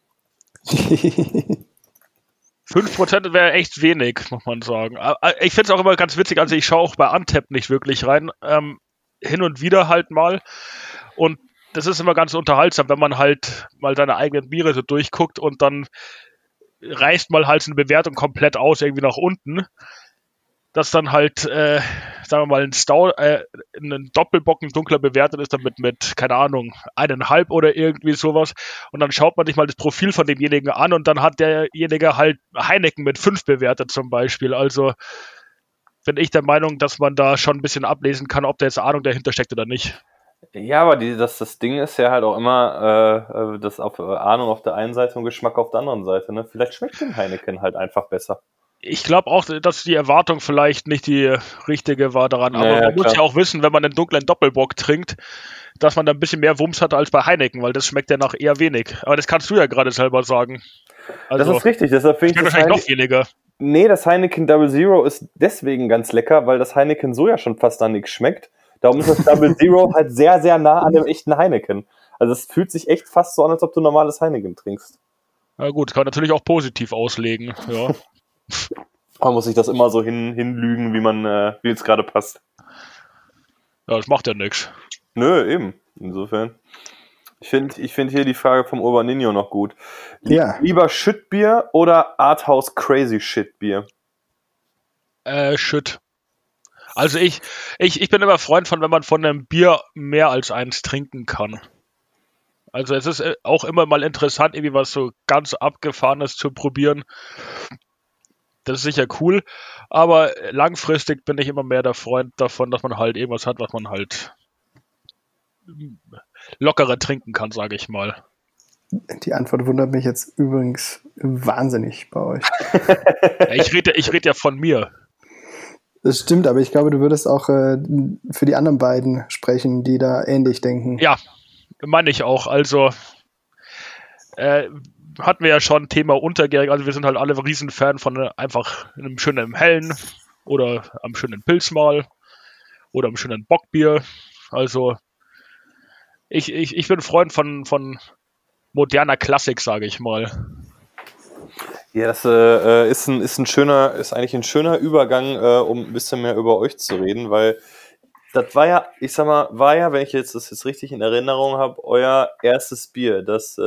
[SPEAKER 4] 5% wäre echt wenig, muss man sagen. Ich finde es auch immer ganz witzig, also ich schaue auch bei Untappd nicht wirklich rein. Hin und wieder halt mal. Und das ist immer ganz unterhaltsam, wenn man halt mal seine eigenen Biere so durchguckt und dann reißt mal halt eine Bewertung komplett aus, irgendwie nach unten. Dass dann halt, sagen wir mal, ein Doppelbock, ein dunkler bewertet ist, dann mit, keine Ahnung, 1,5 oder irgendwie sowas. Und dann schaut man sich mal das Profil von demjenigen an und dann hat derjenige halt Heineken mit 5 bewertet zum Beispiel. Also bin ich der Meinung, dass man da schon ein bisschen ablesen kann, ob da jetzt Ahnung dahinter steckt oder nicht.
[SPEAKER 3] Ja, aber das Ding ist ja halt auch immer das auf Ahnung auf der einen Seite und Geschmack auf der anderen Seite. Ne? Vielleicht schmeckt dem Heineken halt einfach besser.
[SPEAKER 4] Ich glaube auch, dass die Erwartung vielleicht nicht die richtige war daran. Aber man muss ja auch wissen, wenn man einen dunklen Doppelbock trinkt, dass man da ein bisschen mehr Wumms hat als bei Heineken, weil das schmeckt ja nach eher wenig. Aber das kannst du ja gerade selber sagen.
[SPEAKER 3] Also, das ist richtig, deshalb finde ich das
[SPEAKER 4] wahrscheinlich noch weniger.
[SPEAKER 3] Nee, das Heineken Double Zero ist deswegen ganz lecker, weil das Heineken so ja schon fast an nichts schmeckt. Darum ist das Double Zero halt sehr, sehr nah an dem echten Heineken. Also es fühlt sich echt fast so an, als ob du normales Heineken trinkst.
[SPEAKER 4] Na gut, kann man natürlich auch positiv auslegen, ja.
[SPEAKER 3] Man muss sich das immer so hinlügen, wie es gerade passt.
[SPEAKER 4] Ja, das macht ja nichts.
[SPEAKER 3] Nö, eben. Insofern. Ich find hier die Frage vom Urbaninho noch gut.
[SPEAKER 2] Ja.
[SPEAKER 3] Lieber Shitbier oder Arthouse Crazy Shitbier?
[SPEAKER 4] Shit. Also ich bin immer Freund von, wenn man von einem Bier mehr als eins trinken kann. Also es ist auch immer mal interessant, irgendwie was so ganz Abgefahrenes zu probieren. Das ist sicher cool, aber langfristig bin ich immer mehr der Freund davon, dass man halt irgendwas hat, was man halt lockerer trinken kann, sage ich mal.
[SPEAKER 2] Die Antwort wundert mich jetzt übrigens wahnsinnig bei euch.
[SPEAKER 4] Ja, ich red ja von mir.
[SPEAKER 2] Das stimmt, aber ich glaube, du würdest auch für die anderen beiden sprechen, die da ähnlich denken.
[SPEAKER 4] Ja, meine ich auch. Also hatten wir ja schon Thema untergärig. Also wir sind halt alle Riesenfan von einfach einem schönen Hellen oder am schönen Pilzmal oder am schönen Bockbier. Also ich bin Freund von moderner Klassik, sage ich mal.
[SPEAKER 3] Ja, das ist eigentlich ein schöner Übergang, um ein bisschen mehr über euch zu reden, weil das war ja, wenn ich das jetzt richtig in Erinnerung habe, euer erstes Bier, das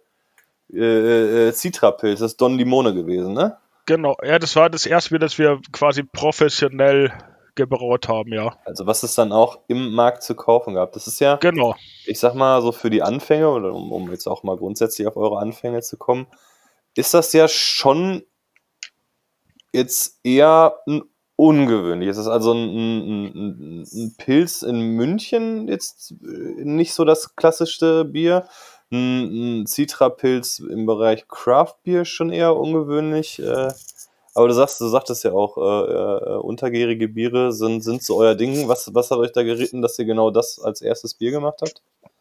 [SPEAKER 3] Citra-Pilz, das Don Limone gewesen, ne?
[SPEAKER 4] Genau, ja, das war das erste Bier, das wir quasi professionell gebraut haben, ja.
[SPEAKER 3] Also was es dann auch im Markt zu kaufen gab. Das ist ja,
[SPEAKER 4] genau.
[SPEAKER 3] Ich sag mal, so für die Anfänge, oder um jetzt auch mal grundsätzlich auf eure Anfänge zu kommen, ist das ja schon jetzt eher ein ungewöhnliches. Es ist also ein Pilz in München jetzt nicht so das klassischste Bier. Ein Citra-Pilz im Bereich Craft Beer schon eher ungewöhnlich. Aber du sagtest ja auch, untergärige Biere sind so euer Ding. Was hat euch da geritten, dass ihr genau das als erstes Bier gemacht habt?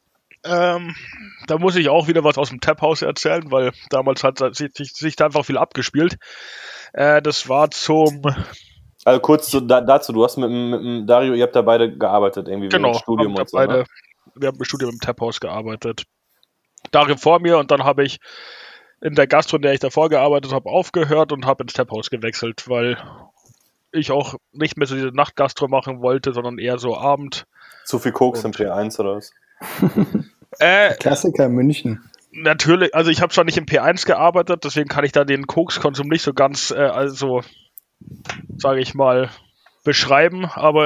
[SPEAKER 4] Da muss ich auch wieder was aus dem Tap-Haus erzählen, weil damals hat sich da einfach viel abgespielt. Das war zum...
[SPEAKER 3] Also kurz dazu, du hast mit dem Dario, ihr habt da beide gearbeitet, irgendwie
[SPEAKER 4] genau,
[SPEAKER 3] im Studium und so,
[SPEAKER 4] ne? Wir haben im Studium im Tap-Haus gearbeitet. Dario vor mir und dann habe ich in der Gastro, in der ich davor gearbeitet habe, aufgehört und habe ins Tap-Haus gewechselt, weil ich auch nicht mehr so diese Nachtgastro machen wollte, sondern eher so Abend.
[SPEAKER 3] Zu viel Koks im P1 oder was?
[SPEAKER 2] Klassiker München.
[SPEAKER 4] Natürlich, also ich habe zwar nicht im P1 gearbeitet, deswegen kann ich da den Kokskonsum nicht so ganz, sage ich mal, beschreiben, aber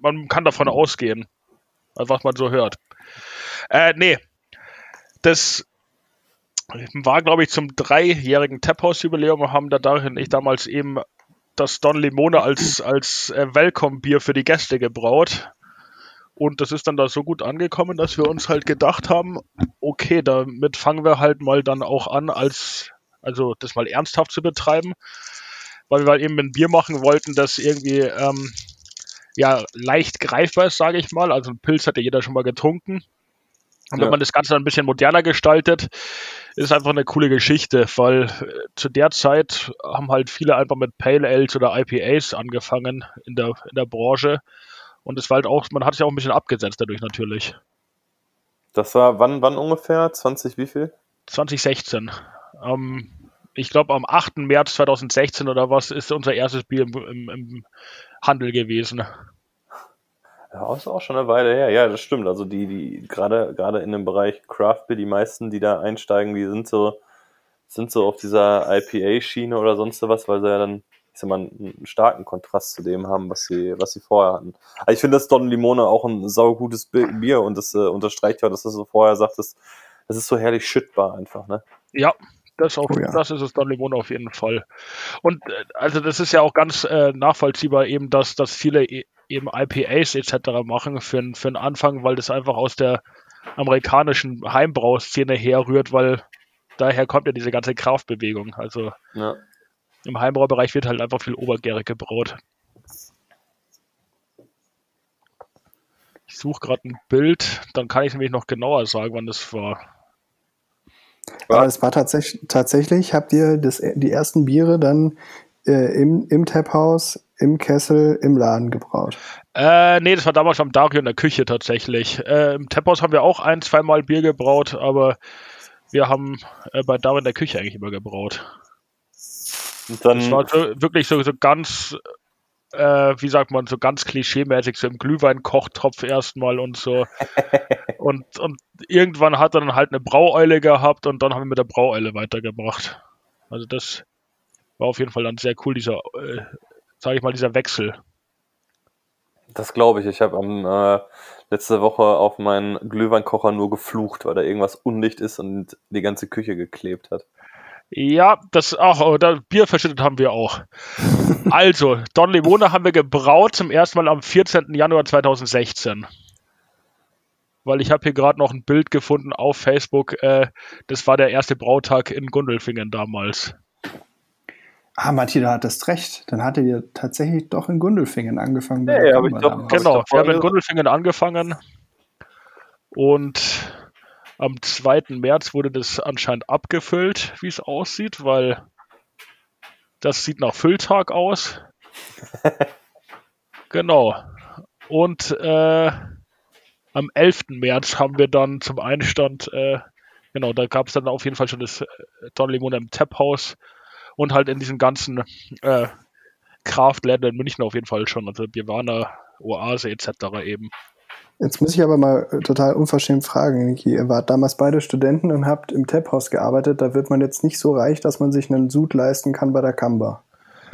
[SPEAKER 4] man kann davon ausgehen, was man so hört. Nee, das war, glaube ich, zum 3-jährigen Tap-House-Jubiläum, haben da darin ich damals eben das Don Limone als Welcome-Bier für die Gäste gebraut. Und das ist dann da so gut angekommen, dass wir uns halt gedacht haben, okay, damit fangen wir halt mal dann auch an, also das mal ernsthaft zu betreiben, weil wir halt eben ein Bier machen wollten, das irgendwie leicht greifbar ist, sage ich mal. Also ein Pilz hat ja jeder schon mal getrunken. Und wenn man das Ganze dann ein bisschen moderner gestaltet, ist einfach eine coole Geschichte, weil zu der Zeit haben halt viele einfach mit Pale Ales oder IPAs angefangen in der Branche. Und es war halt auch, man hat sich auch ein bisschen abgesetzt dadurch natürlich.
[SPEAKER 3] Das war wann ungefähr? 20 wie viel?
[SPEAKER 4] 2016. Ich glaube am 8. März 2016 oder was ist unser erstes Bier im Handel gewesen.
[SPEAKER 3] Ja, ist auch schon eine Weile her. Ja, das stimmt. Also die gerade in dem Bereich Craft Beer, die meisten, die da einsteigen, die sind so auf dieser IPA-Schiene oder sonst was, weil sie ja dann, ich sag mal, einen starken Kontrast zu dem haben, was sie vorher hatten. Also ich finde das Don Limone auch ein saugutes Bier und das unterstreicht ja, dass du so vorher sagtest, das ist so herrlich schüttbar einfach, ne?
[SPEAKER 4] Ja, das ist es Don Limone auf jeden Fall. Und also das ist ja auch ganz nachvollziehbar eben, dass viele eben IPAs etc. machen für den Anfang, weil das einfach aus der amerikanischen Heimbrauszene herrührt, weil daher kommt ja diese ganze Kraftbewegung. Also im Heimbraubereich wird halt einfach viel obergärig gebraut. Ich suche gerade ein Bild, dann kann ich nämlich noch genauer sagen, wann das war.
[SPEAKER 2] Aber es war tatsächlich, habt ihr die ersten Biere dann im Tap-Haus, im Kessel, im Laden gebraut?
[SPEAKER 4] Nee, das war damals am Dario in der Küche tatsächlich. Im Tap-Haus haben wir auch 1-2 Mal Bier gebraut, aber wir haben bei Dario in der Küche eigentlich immer gebraut. Und dann das war wirklich so ganz, wie sagt man, so ganz klischeemäßig, so im Glühwein-Kochtopf erstmal und so. und irgendwann hat er dann halt eine Braueule gehabt und dann haben wir mit der Braueule weitergebracht. Also das war auf jeden Fall dann sehr cool, dieser Wechsel.
[SPEAKER 3] Das glaube ich. Ich habe letzte Woche auf meinen Glühweinkocher nur geflucht, weil da irgendwas undicht ist und die ganze Küche geklebt hat.
[SPEAKER 4] Ja, Bier verschüttet haben wir auch. Also, Don Limone haben wir gebraut zum ersten Mal am 14. Januar 2016. Weil ich habe hier gerade noch ein Bild gefunden auf Facebook. Das war der erste Brautag in Gundelfingen damals.
[SPEAKER 2] Ah, Matti, da hattest recht. Dann hattet ihr tatsächlich doch in Gundelfingen angefangen.
[SPEAKER 4] Genau, wir haben in Gundelfingen angefangen. Und am 2. März wurde das anscheinend abgefüllt, wie es aussieht, weil das sieht nach Fülltag aus. Genau. Und am 11. März haben wir dann zum Einstand, da gab es dann auf jeden Fall schon das Don Limone im Tap-Haus und halt in diesen ganzen Craft-Läden in München auf jeden Fall schon, also Bierwana, Oase etc. eben.
[SPEAKER 2] Jetzt muss ich aber mal total unverschämt fragen, Niki. Ihr wart damals beide Studenten und habt im Tap-Haus gearbeitet. Da wird man jetzt nicht so reich, dass man sich einen Sud leisten kann bei der Kamba.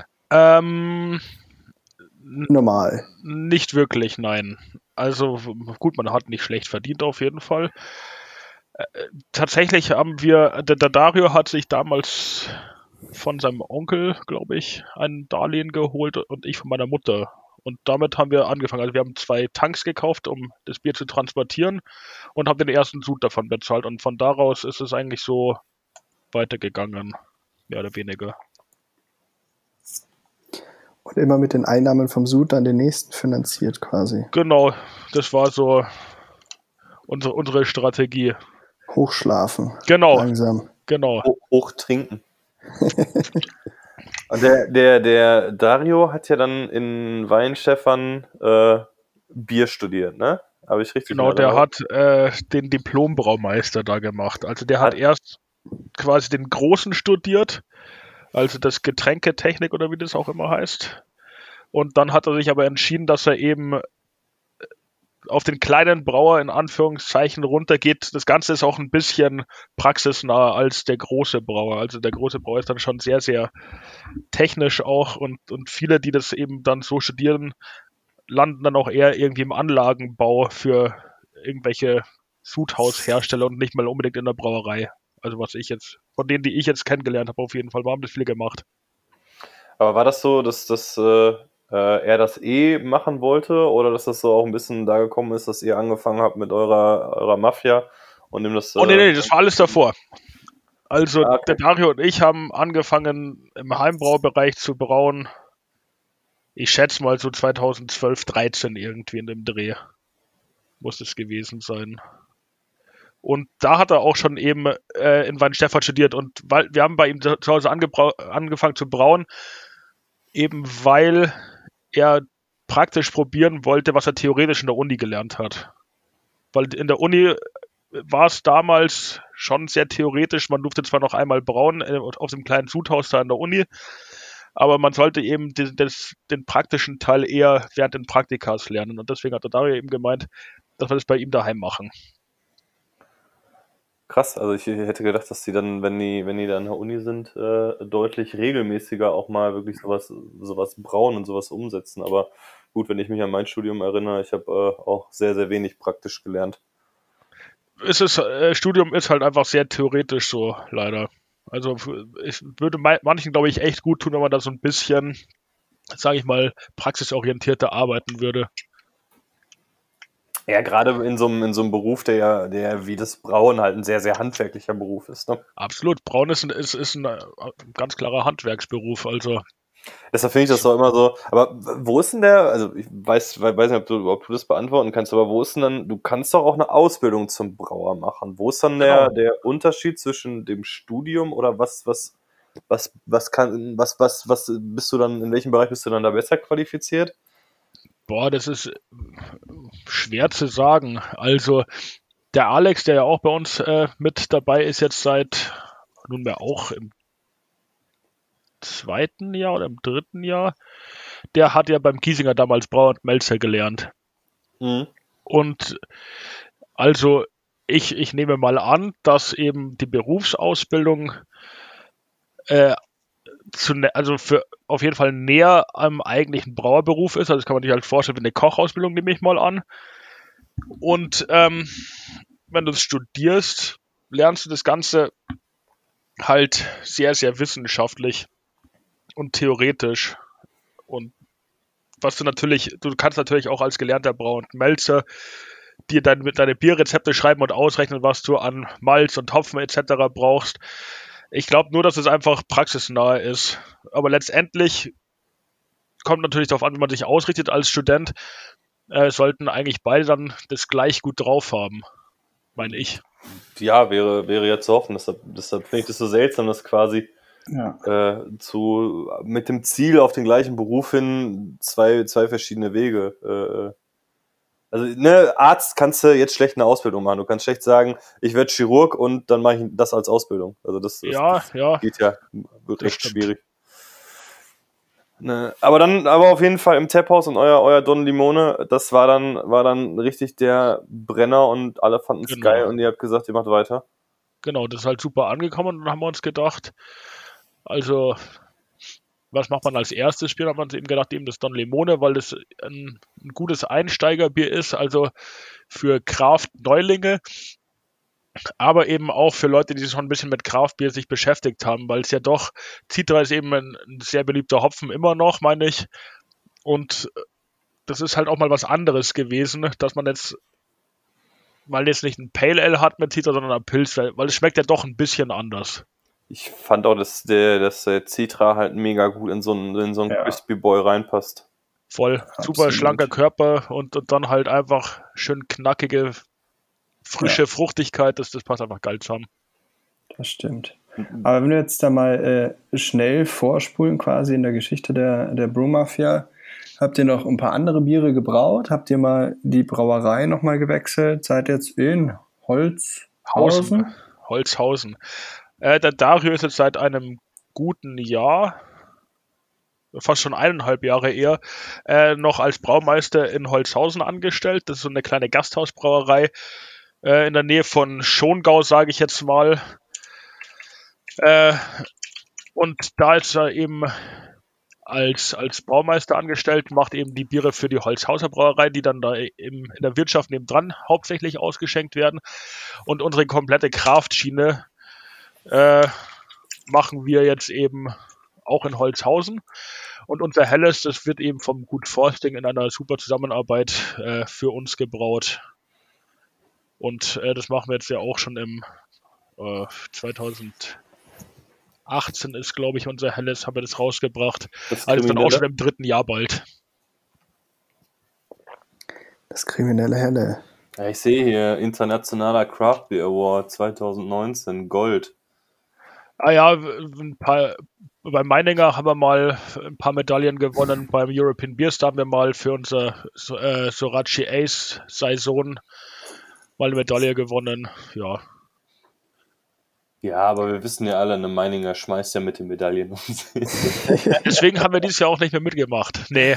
[SPEAKER 2] Normal.
[SPEAKER 4] Nicht wirklich, nein. Also gut, man hat nicht schlecht verdient auf jeden Fall. Tatsächlich haben wir, der Dario hat sich damals von seinem Onkel, glaube ich, ein Darlehen geholt und ich von meiner Mutter. Und damit haben wir angefangen. Also wir haben 2 Tanks gekauft, um das Bier zu transportieren und haben den ersten Sud davon bezahlt. Und von daraus ist es eigentlich so weitergegangen, mehr oder weniger.
[SPEAKER 2] Und immer mit den Einnahmen vom Sud dann den nächsten finanziert quasi.
[SPEAKER 4] Genau, das war so unsere Strategie.
[SPEAKER 2] Hochschlafen.
[SPEAKER 4] Genau.
[SPEAKER 2] Langsam.
[SPEAKER 4] Genau.
[SPEAKER 3] Hochtrinken. Und der Dario hat ja dann in Weinstefan Bier studiert, ne? Habe ich richtig
[SPEAKER 4] Genau, der hat den Diplom-Braumeister da gemacht. Also der hat erst quasi den Großen studiert, also das Getränketechnik oder wie das auch immer heißt. Und dann hat er sich aber entschieden, dass er eben auf den kleinen Brauer in Anführungszeichen runtergeht. Das Ganze ist auch ein bisschen praxisnaher als der große Brauer. Also der große Brauer ist dann schon sehr, sehr technisch auch und viele, die das eben dann so studieren, landen dann auch eher irgendwie im Anlagenbau für irgendwelche Sudhaushersteller und nicht mal unbedingt in der Brauerei. Also von denen, die ich jetzt kennengelernt habe, auf jeden Fall, haben das viele gemacht.
[SPEAKER 3] Aber war das so, dass er das machen wollte oder dass das so auch ein bisschen da gekommen ist, dass ihr angefangen habt mit eurer Mafia und ihm das...
[SPEAKER 4] nee, das war alles davor. Also okay. Der Dario und ich haben angefangen im Heimbraubereich zu brauen. Ich schätze mal so 2012, 13 irgendwie in dem Dreh muss es gewesen sein. Und da hat er auch schon eben in Weinstefan studiert und wir haben bei ihm zu Hause angefangen zu brauen, eben weil er praktisch probieren wollte, was er theoretisch in der Uni gelernt hat. Weil in der Uni war es damals schon sehr theoretisch. Man durfte zwar noch einmal brauen auf dem kleinen Sudhaus da an der Uni, aber man sollte eben den praktischen Teil eher während den Praktikas lernen. Und deswegen hat der Dario eben gemeint, dass wir das bei ihm daheim machen.
[SPEAKER 3] Krass, also ich hätte gedacht, dass die dann, wenn die da an der Uni sind, deutlich regelmäßiger auch mal wirklich sowas brauen und sowas umsetzen. Aber gut, wenn ich mich an mein Studium erinnere, ich habe auch sehr, sehr wenig praktisch gelernt.
[SPEAKER 4] Studium ist halt einfach sehr theoretisch so, leider. Also es würde manchen, glaube ich, echt gut tun, wenn man da so ein bisschen, sage ich mal, praxisorientierter arbeiten würde.
[SPEAKER 3] Ja, gerade in so einem Beruf, der wie das Brauen halt ein sehr, sehr handwerklicher Beruf ist. Ne?
[SPEAKER 4] Absolut, Brauen ist ein ganz klarer Handwerksberuf, also.
[SPEAKER 3] Deshalb finde ich das auch immer so, aber wo ist denn also ich weiß nicht, ob du das beantworten kannst, aber wo ist denn dann, du kannst doch auch eine Ausbildung zum Brauer machen. Wo ist dann der Unterschied zwischen dem Studium oder was bist du dann, in welchem Bereich bist du dann da besser qualifiziert?
[SPEAKER 4] Boah, das ist schwer zu sagen. Also der Alex, der ja auch bei uns mit dabei ist, jetzt seit nunmehr auch im 2. Jahr oder im 3. Jahr, der hat ja beim Giesinger damals Brauer und Melzer gelernt.
[SPEAKER 3] Mhm.
[SPEAKER 4] Und also ich nehme mal an, dass eben die Berufsausbildung für auf jeden Fall näher am eigentlichen Brauerberuf ist. Also das kann man sich halt vorstellen wie eine Kochausbildung, nehme ich mal an. Und wenn du es studierst, lernst du das Ganze halt sehr, sehr wissenschaftlich und theoretisch. Und du kannst natürlich auch als gelernter Brauer und Melzer dir deine Bierrezepte schreiben und ausrechnen, was du an Malz und Hopfen etc. brauchst. Ich glaube nur, dass es einfach praxisnahe ist. Aber letztendlich kommt natürlich darauf an, wie man sich ausrichtet als Student. Sollten eigentlich beide dann das gleich gut drauf haben, meine ich.
[SPEAKER 3] Ja, wäre ja zu hoffen. Deshalb finde ich das so seltsam, dass quasi mit dem Ziel auf den gleichen Beruf hin zwei verschiedene Wege. Also, ne, Arzt kannst du jetzt schlecht eine Ausbildung machen. Du kannst schlecht sagen, ich werde Chirurg und dann mache ich das als Ausbildung. Also das geht ja recht schwierig. Ne, aber auf jeden Fall im Taphaus und euer Don Limone, das war dann richtig der Brenner und alle fanden es geil und ihr habt gesagt, ihr macht weiter.
[SPEAKER 4] Genau, das ist halt super angekommen und dann haben wir uns gedacht, also was macht man als erstes Bier? Dann haben wir uns eben gedacht, eben das Don Limone, weil das ein gutes Einsteigerbier ist, also für Craft-Neulinge, aber eben auch für Leute, die sich schon ein bisschen mit Craft-Bier sich beschäftigt haben, weil es ja doch, Citra ist eben ein sehr beliebter Hopfen immer noch, meine ich, und das ist halt auch mal was anderes gewesen, dass man jetzt nicht ein Pale Ale hat mit Citra, sondern ein Pilz, weil es schmeckt ja doch ein bisschen anders.
[SPEAKER 3] Ich fand auch, dass der Citra halt mega gut in so einen Crispy Boy reinpasst.
[SPEAKER 4] Voll, super schlanker Körper und dann halt einfach schön knackige, frische Fruchtigkeit, das passt einfach geil zusammen.
[SPEAKER 2] Das stimmt. Aber wenn wir jetzt da mal schnell vorspulen quasi in der Geschichte der Brewmafia, habt ihr noch ein paar andere Biere gebraut? Habt ihr mal die Brauerei nochmal gewechselt? Seid jetzt in Holzhausen?
[SPEAKER 4] Holzhausen. Der Dario ist jetzt seit einem guten Jahr, fast schon 1,5 Jahre eher, noch als Braumeister in Holzhausen angestellt. Das ist so eine kleine Gasthausbrauerei in der Nähe von Schongau, sage ich jetzt mal. Und da ist er eben als Braumeister angestellt, macht eben die Biere für die Holzhauser Brauerei, die dann da in der Wirtschaft nebendran hauptsächlich ausgeschenkt werden. Und unsere komplette Kraftschiene machen wir jetzt eben auch in Holzhausen. Und unser Helles, das wird eben vom Gut Forsting in einer super Zusammenarbeit für uns gebraut. Und das machen wir jetzt ja auch schon im 2018 ist, glaube ich, unser Helles, haben wir das rausgebracht. Also dann auch schon im 3. Jahr bald.
[SPEAKER 2] Das kriminelle Helle.
[SPEAKER 3] Ja, ich sehe hier Internationaler Craft Beer Award 2019, Gold.
[SPEAKER 4] Ah ja, bei Meininger haben wir mal ein paar Medaillen gewonnen. Beim European Beer Star haben wir mal für unser Sorachi Ace Saison mal eine Medaille gewonnen. Ja.
[SPEAKER 3] Ja, aber wir wissen ja alle, eine Meininger schmeißt ja mit den Medaillen um sich.
[SPEAKER 4] Deswegen haben wir dieses Jahr auch nicht mehr mitgemacht. Nee.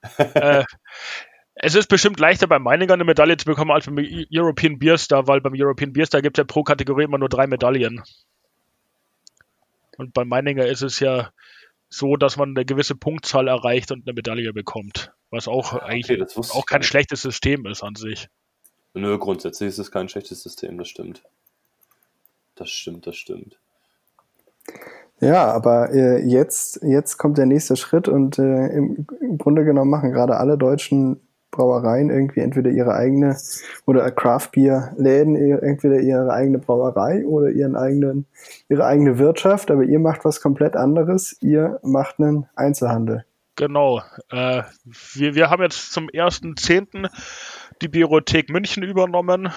[SPEAKER 4] Es ist bestimmt leichter bei Meininger eine Medaille zu bekommen als beim European Beer Star, weil beim European Beer Star gibt es ja pro Kategorie immer nur 3 Medaillen. Und bei Meininger ist es ja so, dass man eine gewisse Punktzahl erreicht und eine Medaille bekommt. Was auch eigentlich auch kein schlechtes System ist an sich.
[SPEAKER 3] Nö, grundsätzlich ist es kein schlechtes System, das stimmt. Das stimmt.
[SPEAKER 2] Ja, aber jetzt kommt der nächste Schritt und im Grunde genommen machen gerade alle deutschen Brauereien irgendwie entweder ihre eigene oder Craft-Bier-Läden entweder ihre eigene Brauerei oder ihre eigene Wirtschaft, aber ihr macht was komplett anderes. Ihr macht einen Einzelhandel.
[SPEAKER 4] Genau. Wir haben jetzt zum 1.10. die Biothek München übernommen.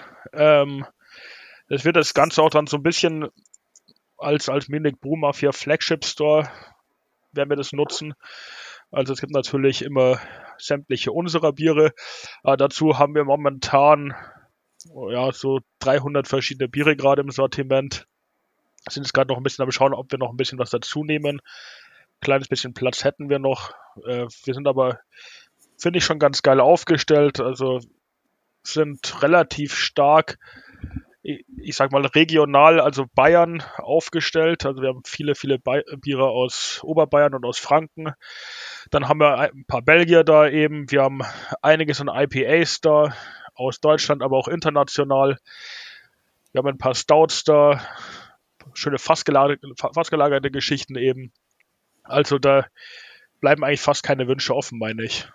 [SPEAKER 4] Das wird das Ganze auch dann so ein bisschen als Munich Brewmafia Flagship Store werden wir das nutzen. Also es gibt natürlich immer sämtliche unserer Biere. Dazu haben wir momentan so 300 verschiedene Biere gerade im Sortiment. Sind jetzt gerade noch ein bisschen am Schauen, ob wir noch ein bisschen was dazu nehmen. Kleines bisschen Platz hätten wir noch. Wir sind aber, finde ich, schon ganz geil aufgestellt. Also sind relativ stark, ich sag mal regional, also Bayern aufgestellt. Also wir haben viele Biere aus Oberbayern und aus Franken. Dann haben wir ein paar Belgier da eben. Wir haben einiges an IPAs da aus Deutschland, aber auch international. Wir haben ein paar Stouts da, schöne fassgelagerte Geschichten eben. Also da bleiben eigentlich fast keine Wünsche offen, meine ich.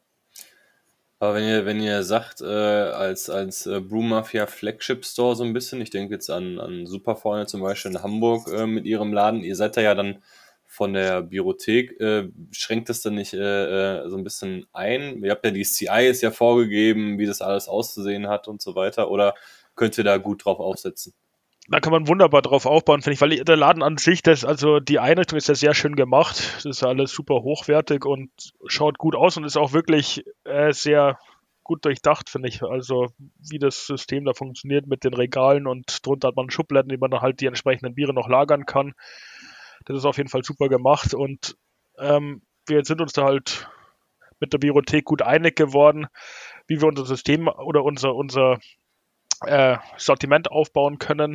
[SPEAKER 3] Aber wenn ihr sagt, als Brewmafia Flagship Store so ein bisschen, ich denke jetzt an Superfreunde zum Beispiel in Hamburg mit ihrem Laden, ihr seid da ja dann von der Biothek, schränkt das dann nicht so ein bisschen ein? Ihr habt ja die CI ist ja vorgegeben, wie das alles auszusehen hat und so weiter, oder könnt ihr da gut drauf aufsetzen?
[SPEAKER 4] Da kann man wunderbar drauf aufbauen, finde ich, weil der Laden an sich, also die Einrichtung ist ja sehr schön gemacht. Das ist alles super hochwertig und schaut gut aus und ist auch wirklich sehr gut durchdacht, finde ich. Also wie das System da funktioniert mit den Regalen und drunter hat man Schubladen, die man dann halt die entsprechenden Biere noch lagern kann. Das ist auf jeden Fall super gemacht und wir sind uns da halt mit der Biothek gut einig geworden, wie wir unser System oder unser Sortiment aufbauen können.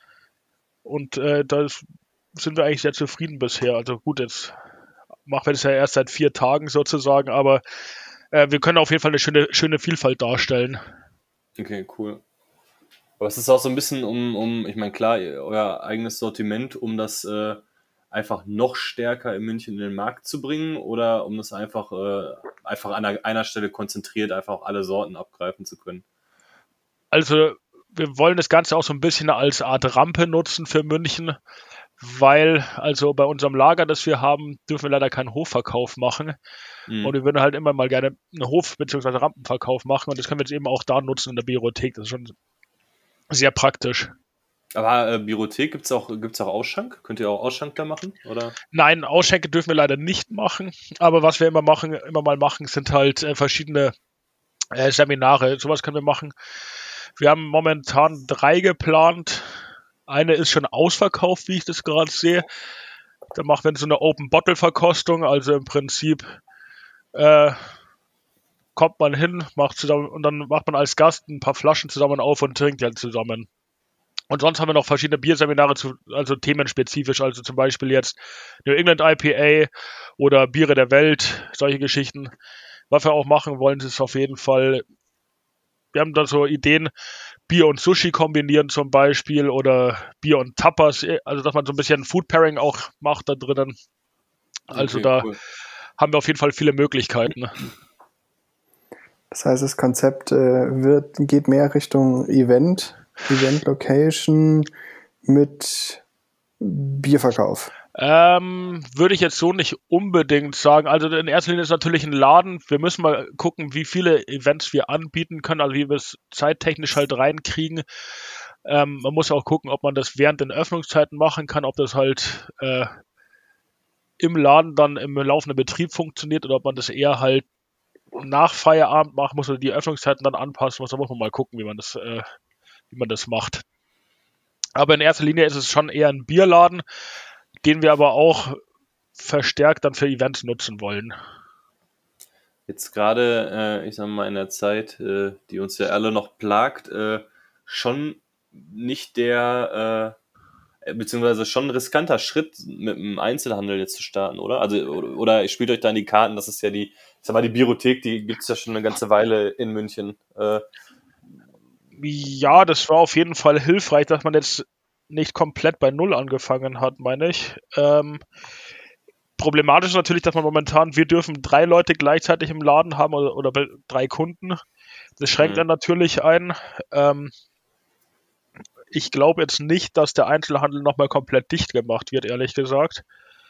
[SPEAKER 4] Und da sind wir eigentlich sehr zufrieden bisher. Also gut, jetzt machen wir das ja erst seit 4 Tagen sozusagen, aber wir können auf jeden Fall eine schöne Vielfalt darstellen.
[SPEAKER 3] Okay, cool. Aber es ist auch so ein bisschen ich meine, klar, euer eigenes Sortiment, um das einfach noch stärker in München in den Markt zu bringen oder um das einfach an einer Stelle konzentriert, einfach alle Sorten abgreifen zu können?
[SPEAKER 4] Also wir wollen das Ganze auch so ein bisschen als Art Rampe nutzen für München, weil also bei unserem Lager, das wir haben, dürfen wir leider keinen Hofverkauf machen. Und wir würden halt immer mal gerne einen Hof- bzw. Rampenverkauf machen und das können wir jetzt eben auch da nutzen in der Biothek. Das ist schon sehr praktisch.
[SPEAKER 3] Aber Biothek gibt's auch Ausschank? Könnt ihr auch Ausschank da machen? Oder?
[SPEAKER 4] Nein, Ausschänke dürfen wir leider nicht machen. Aber was wir immer mal machen, sind halt verschiedene Seminare. Sowas können wir machen. Wir haben momentan 3 geplant. Eine ist schon ausverkauft, wie ich das gerade sehe. Da machen wir so eine Open-Bottle-Verkostung. Also im Prinzip kommt man hin, macht zusammen und dann macht man als Gast ein paar Flaschen zusammen auf und trinkt halt zusammen. Und sonst haben wir noch verschiedene Bierseminare, also themenspezifisch, also zum Beispiel jetzt New England IPA oder Biere der Welt, solche Geschichten. Was wir auch machen wollen, ist auf jeden Fall, wir haben da so Ideen, Bier und Sushi kombinieren zum Beispiel oder Bier und Tapas, also dass man so ein bisschen Food Pairing auch macht da drinnen. Also okay, da cool. Haben wir auf jeden Fall viele Möglichkeiten.
[SPEAKER 2] Das heißt, das Konzept geht mehr Richtung Event-Location mit Bierverkauf.
[SPEAKER 4] Würde ich jetzt so nicht unbedingt sagen. Also in erster Linie ist natürlich ein Laden. Wir müssen mal gucken, wie viele Events wir anbieten können, also wie wir es zeittechnisch halt reinkriegen. Man muss auch gucken, ob man das während den Öffnungszeiten machen kann, ob das halt im Laden dann im laufenden Betrieb funktioniert oder ob man das eher halt nach Feierabend machen muss oder die Öffnungszeiten dann anpassen muss. Da muss man mal gucken, wie man das macht. Aber in erster Linie ist es schon eher ein Bierladen, den wir aber auch verstärkt dann für Events nutzen wollen.
[SPEAKER 3] Jetzt gerade, ich sag mal, in der Zeit, die uns ja alle noch plagt, schon nicht beziehungsweise schon ein riskanter Schritt mit dem Einzelhandel jetzt zu starten, oder? Also, oder spielt euch da in die Karten, das ist ja die Biothek, die gibt es ja schon eine ganze Weile in München.
[SPEAKER 4] Ja, das war auf jeden Fall hilfreich, dass man jetzt nicht komplett bei Null angefangen hat, meine ich. Problematisch ist natürlich, dass man momentan, wir dürfen 3 Leute gleichzeitig im Laden haben oder 3 Kunden. Das schränkt dann natürlich ein. Ich glaube jetzt nicht, dass der Einzelhandel nochmal komplett dicht gemacht wird, ehrlich gesagt.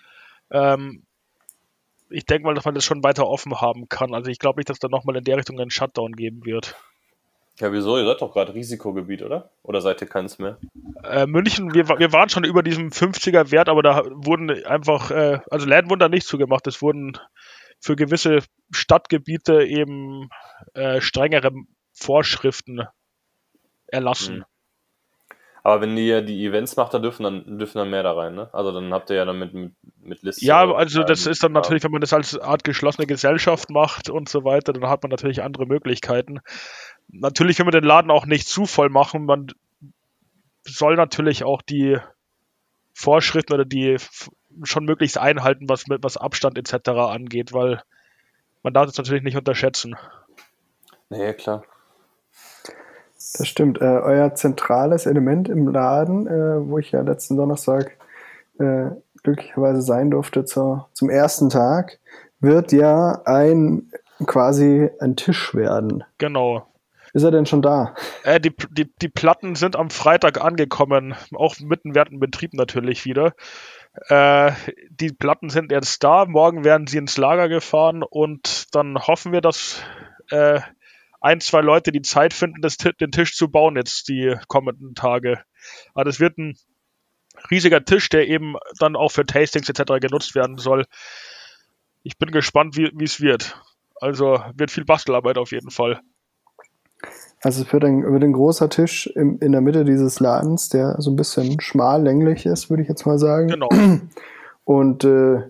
[SPEAKER 4] Ich denke mal, dass man das schon weiter offen haben kann. Also ich glaube nicht, dass da nochmal in der Richtung einen Shutdown geben wird.
[SPEAKER 3] Ja, wieso? Ihr seid doch gerade Risikogebiet, oder? Oder seid ihr keins mehr?
[SPEAKER 4] München, wir waren schon über diesem 50er Wert, aber da wurden einfach, also Läden wurden da nicht zugemacht. Es wurden für gewisse Stadtgebiete eben strengere Vorschriften erlassen.
[SPEAKER 3] Aber wenn ihr die Events macht, dann dürfen dann mehr da rein, ne? Also dann habt ihr ja dann mit Liste.
[SPEAKER 4] Ja, also das ist dann natürlich, wenn man das als Art geschlossene Gesellschaft macht und so weiter, dann hat man natürlich andere Möglichkeiten. Natürlich will man den Laden auch nicht zu voll machen. Man soll natürlich auch die Vorschriften oder die schon möglichst einhalten, was Abstand etc. angeht, weil man darf es natürlich nicht unterschätzen.
[SPEAKER 3] Nee, klar.
[SPEAKER 2] Das stimmt. Euer zentrales Element im Laden, wo ich ja letzten Donnerstag glücklicherweise sein durfte zum ersten Tag, wird ja quasi ein Tisch werden.
[SPEAKER 4] Genau.
[SPEAKER 2] Ist er denn schon da?
[SPEAKER 4] Die Platten sind am Freitag angekommen, auch mitten während dem Betrieb natürlich wieder. Die Platten sind jetzt da, morgen werden sie ins Lager gefahren und dann hoffen wir, dass 1, 2 Leute die Zeit finden, den Tisch zu bauen jetzt die kommenden Tage. Aber das wird ein riesiger Tisch, der eben dann auch für Tastings etc. genutzt werden soll. Ich bin gespannt, wie es wird. Also wird viel Bastelarbeit auf jeden Fall.
[SPEAKER 2] Also es wird ein großer Tisch in der Mitte dieses Ladens, der so ein bisschen schmal, länglich ist, würde ich jetzt mal sagen.
[SPEAKER 4] Genau.
[SPEAKER 2] Und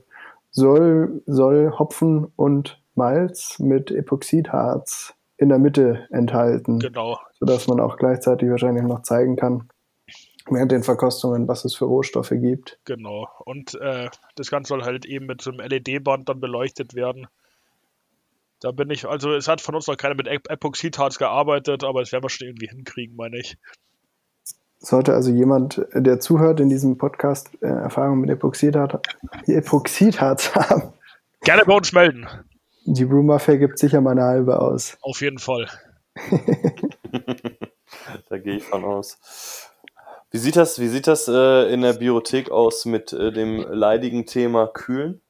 [SPEAKER 2] soll Hopfen und Malz mit Epoxidharz in der Mitte enthalten.
[SPEAKER 4] Genau.
[SPEAKER 2] Sodass man auch gleichzeitig wahrscheinlich noch zeigen kann, während den Verkostungen, was es für Rohstoffe gibt.
[SPEAKER 4] Genau. Und das Ganze soll halt eben mit so einem LED-Band dann beleuchtet werden. Da bin ich, also es hat von uns noch keiner mit Epoxidharz gearbeitet, aber das werden wir schon irgendwie hinkriegen, meine ich.
[SPEAKER 2] Sollte also jemand, der zuhört in diesem Podcast, Erfahrung mit Epoxidharz haben.
[SPEAKER 4] Gerne bei uns melden.
[SPEAKER 2] Die Brewmafia gibt sicher mal eine halbe aus.
[SPEAKER 4] Auf jeden Fall.
[SPEAKER 3] Da gehe ich von aus. Wie sieht das in der Biothek aus mit dem leidigen Thema Kühlen?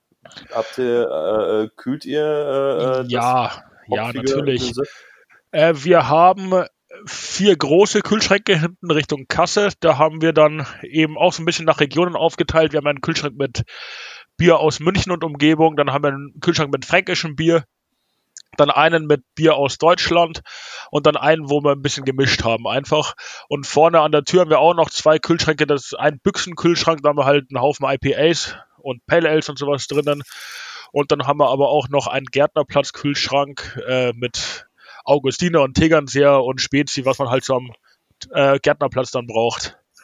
[SPEAKER 3] Kühlt ihr?
[SPEAKER 4] Ja, natürlich. Wir haben 4 große Kühlschränke hinten Richtung Kasse. Da haben wir dann eben auch so ein bisschen nach Regionen aufgeteilt. Wir haben einen Kühlschrank mit Bier aus München und Umgebung. Dann haben wir einen Kühlschrank mit fränkischem Bier. Dann einen mit Bier aus Deutschland und dann einen, wo wir ein bisschen gemischt haben einfach. Und vorne an der Tür haben wir auch noch 2 Kühlschränke. Das ist ein Büchsenkühlschrank, da haben wir halt einen Haufen IPAs und Pale Ales und sowas drinnen. Und dann haben wir aber auch noch einen Gärtnerplatz-Kühlschrank mit Augustiner und Tegernseer und Spezi, was man halt so am Gärtnerplatz dann braucht.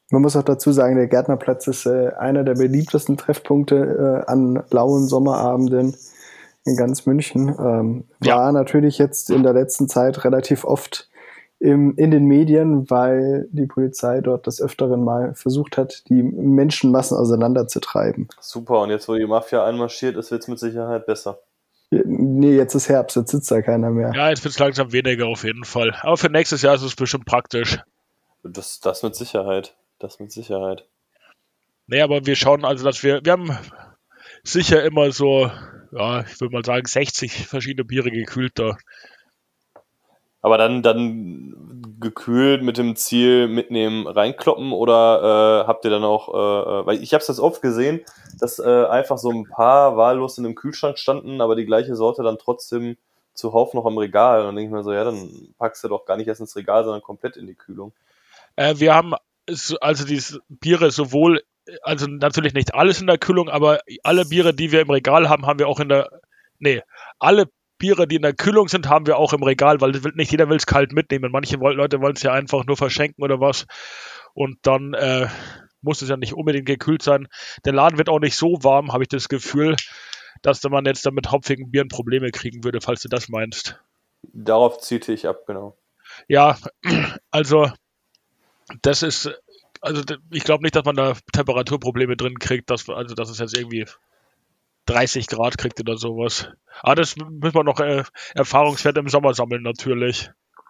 [SPEAKER 2] Man muss auch dazu sagen, der Gärtnerplatz ist einer der beliebtesten Treffpunkte an lauen Sommerabenden in ganz München. War natürlich jetzt in der letzten Zeit relativ oft in den Medien, weil die Polizei dort des Öfteren mal versucht hat, die Menschenmassen auseinanderzutreiben.
[SPEAKER 3] Super, und jetzt, wo die Mafia einmarschiert ist, wird es mit Sicherheit besser.
[SPEAKER 2] Nee, jetzt ist Herbst, jetzt sitzt da keiner mehr.
[SPEAKER 4] Ja, jetzt wird es langsam weniger auf jeden Fall. Aber für nächstes Jahr ist es bestimmt praktisch.
[SPEAKER 3] Das mit Sicherheit. Das mit Sicherheit.
[SPEAKER 4] Nee, aber wir schauen also, dass wir haben sicher immer so, ja, ich würde mal sagen, 60 verschiedene Biere gekühlt da.
[SPEAKER 3] Aber dann gekühlt mit dem Ziel mitnehmen, reinkloppen oder habt ihr dann auch, weil ich habe es jetzt oft gesehen, dass einfach so ein paar wahllos in dem Kühlschrank standen, aber die gleiche Sorte dann trotzdem zuhauf noch am Regal. Und dann denke ich mir so, ja, dann packst du doch gar nicht erst ins Regal, sondern komplett in die Kühlung. Wir
[SPEAKER 4] haben also diese Biere sowohl, also natürlich nicht alles in der Kühlung, aber alle Biere, die wir im Regal haben, haben wir auch alle Biere, die in der Kühlung sind, haben wir auch im Regal, weil nicht jeder will es kalt mitnehmen. Manche Leute wollen es ja einfach nur verschenken oder was. Und dann muss es ja nicht unbedingt gekühlt sein. Der Laden wird auch nicht so warm, habe ich das Gefühl, dass man jetzt dann mit hopfigen Bieren Probleme kriegen würde, falls du das meinst.
[SPEAKER 3] Darauf zielte ich ab, genau.
[SPEAKER 4] Ja, also das ist, also ich glaube nicht, dass man da Temperaturprobleme drin kriegt, dass es jetzt irgendwie 30 Grad kriegt oder sowas. Aber das müssen wir noch Erfahrungswerte im Sommer sammeln, natürlich.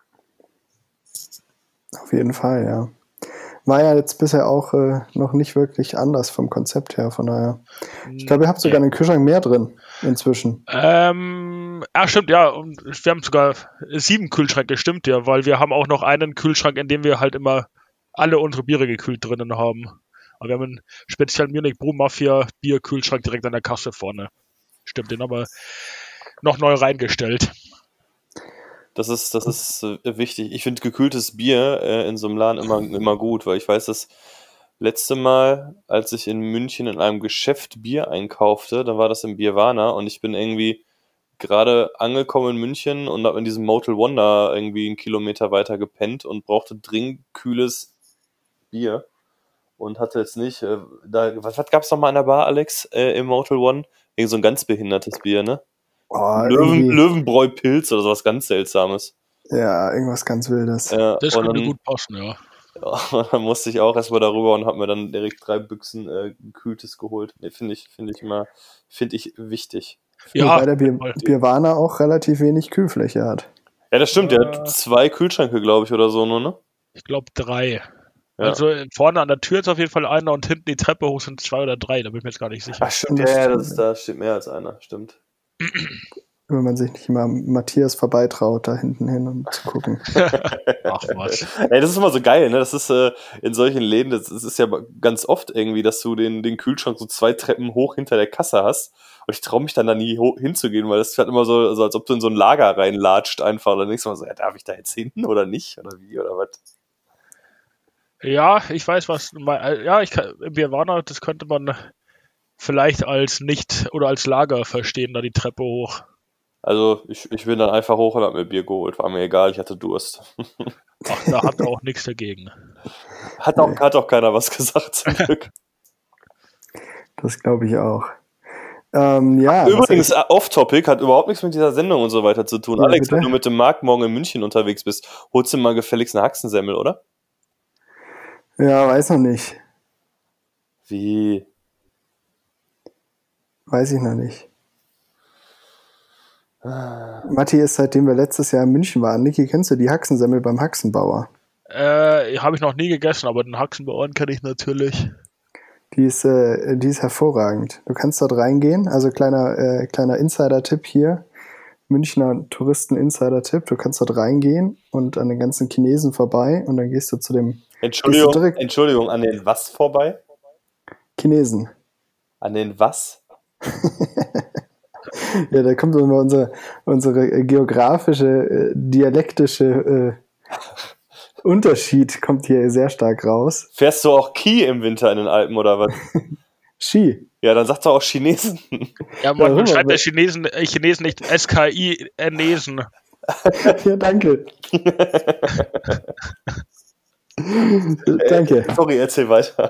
[SPEAKER 2] Auf jeden Fall, ja. War ja jetzt bisher auch noch nicht wirklich anders vom Konzept her, von daher. Ich glaube, ihr habt sogar einen Kühlschrank mehr drin inzwischen.
[SPEAKER 4] Stimmt, ja. Und wir haben sogar 7 Kühlschränke, stimmt ja, weil wir haben auch noch einen Kühlschrank, in dem wir halt immer alle unsere Biere gekühlt drinnen haben. Aber wir haben einen speziellen Munich Brew Mafia Bierkühlschrank direkt an der Kasse vorne. Stimmt, den haben wir noch neu reingestellt.
[SPEAKER 3] Das ist wichtig. Ich finde gekühltes Bier in so einem Laden immer gut, weil ich weiß, das letzte Mal, als ich in München in einem Geschäft Bier einkaufte, dann war das im Bierwana und ich bin irgendwie gerade angekommen in München und habe in diesem Motel One da irgendwie 1 Kilometer weiter gepennt und brauchte dringend kühles Bier und hatte jetzt nicht, was gab's noch mal in der Bar, Alex, im Motel One? Irgend so ein ganz behindertes Bier, ne? Löwenbräu-Pilz oder sowas ganz Seltsames.
[SPEAKER 2] Ja, irgendwas ganz Wildes.
[SPEAKER 4] Ja, das könnte gut passen, ja.
[SPEAKER 3] Ja, dann musste ich auch erstmal darüber und habe mir dann direkt 3 Büchsen gekühltes geholt. Nee, finde ich wichtig.
[SPEAKER 2] Ja, weil der Bierwana auch relativ wenig Kühlfläche hat.
[SPEAKER 3] Ja, das stimmt, der hat 2 Kühlschränke, glaube ich, oder so nur, ne?
[SPEAKER 4] Ich glaube 3. Ja. Also vorne an der Tür ist auf jeden Fall einer und hinten die Treppe hoch sind 2 oder 3, da bin ich mir jetzt gar nicht sicher.
[SPEAKER 3] Ach stimmt, da steht mehr als einer, stimmt.
[SPEAKER 2] Wenn man sich nicht immer Matthias vorbeitraut, da hinten hin und zu gucken.
[SPEAKER 4] Ach was.
[SPEAKER 3] Ey, das ist immer so geil, ne? Das ist in solchen Läden, das ist ja ganz oft irgendwie, dass du den Kühlschrank so 2 Treppen hoch hinter der Kasse hast. Und ich traue mich dann da nie hinzugehen, weil das ist halt immer so, als ob du in so ein Lager reinlatscht einfach. Dann denkst du mal so, ja, darf ich da jetzt hin oder nicht? Oder wie, oder was?
[SPEAKER 4] Ja, ich weiß, was du meinst. Ja, im Bierwana, das könnte man vielleicht als nicht oder als Lager verstehen, da die Treppe hoch.
[SPEAKER 3] Also ich bin dann einfach hoch und hab mir Bier geholt. War mir egal, ich hatte Durst.
[SPEAKER 4] Ach, da hat er auch nichts dagegen.
[SPEAKER 3] Hat auch keiner was gesagt, zum Glück.
[SPEAKER 2] Das glaube ich auch. Ja,
[SPEAKER 3] übrigens, Off-Topic hat überhaupt nichts mit dieser Sendung und so weiter zu tun. Ja, Alex, bitte? Wenn du mit dem Marc morgen in München unterwegs bist, holst du mal gefälligst eine Haxensemmel, oder?
[SPEAKER 2] Ja, weiß noch nicht.
[SPEAKER 3] Wie?
[SPEAKER 2] Weiß ich noch nicht. Matti ist, seitdem wir letztes Jahr in München waren. Niki, kennst du die Haxensemmel beim Haxenbauer?
[SPEAKER 4] Habe ich noch nie gegessen, aber den Haxenbauern kenne ich natürlich.
[SPEAKER 2] Die ist hervorragend. Du kannst dort reingehen, also kleiner Insider-Tipp hier, Münchner Touristen-Insider-Tipp, du kannst dort reingehen und an den ganzen Chinesen vorbei und dann gehst du zu dem...
[SPEAKER 3] Entschuldigung, an den was vorbei?
[SPEAKER 2] Chinesen.
[SPEAKER 3] An den was?
[SPEAKER 2] Ja, da kommt immer unsere geografische, dialektische Unterschied kommt hier sehr stark raus.
[SPEAKER 3] Fährst du auch Ski im Winter in den Alpen oder was?
[SPEAKER 2] Ski.
[SPEAKER 3] Ja, dann sagt doch auch Chinesen.
[SPEAKER 4] Ja, man schreibt der Chinesen nicht SKI-Nesen.
[SPEAKER 2] Ja, danke. Danke.
[SPEAKER 3] Sorry, erzähl weiter.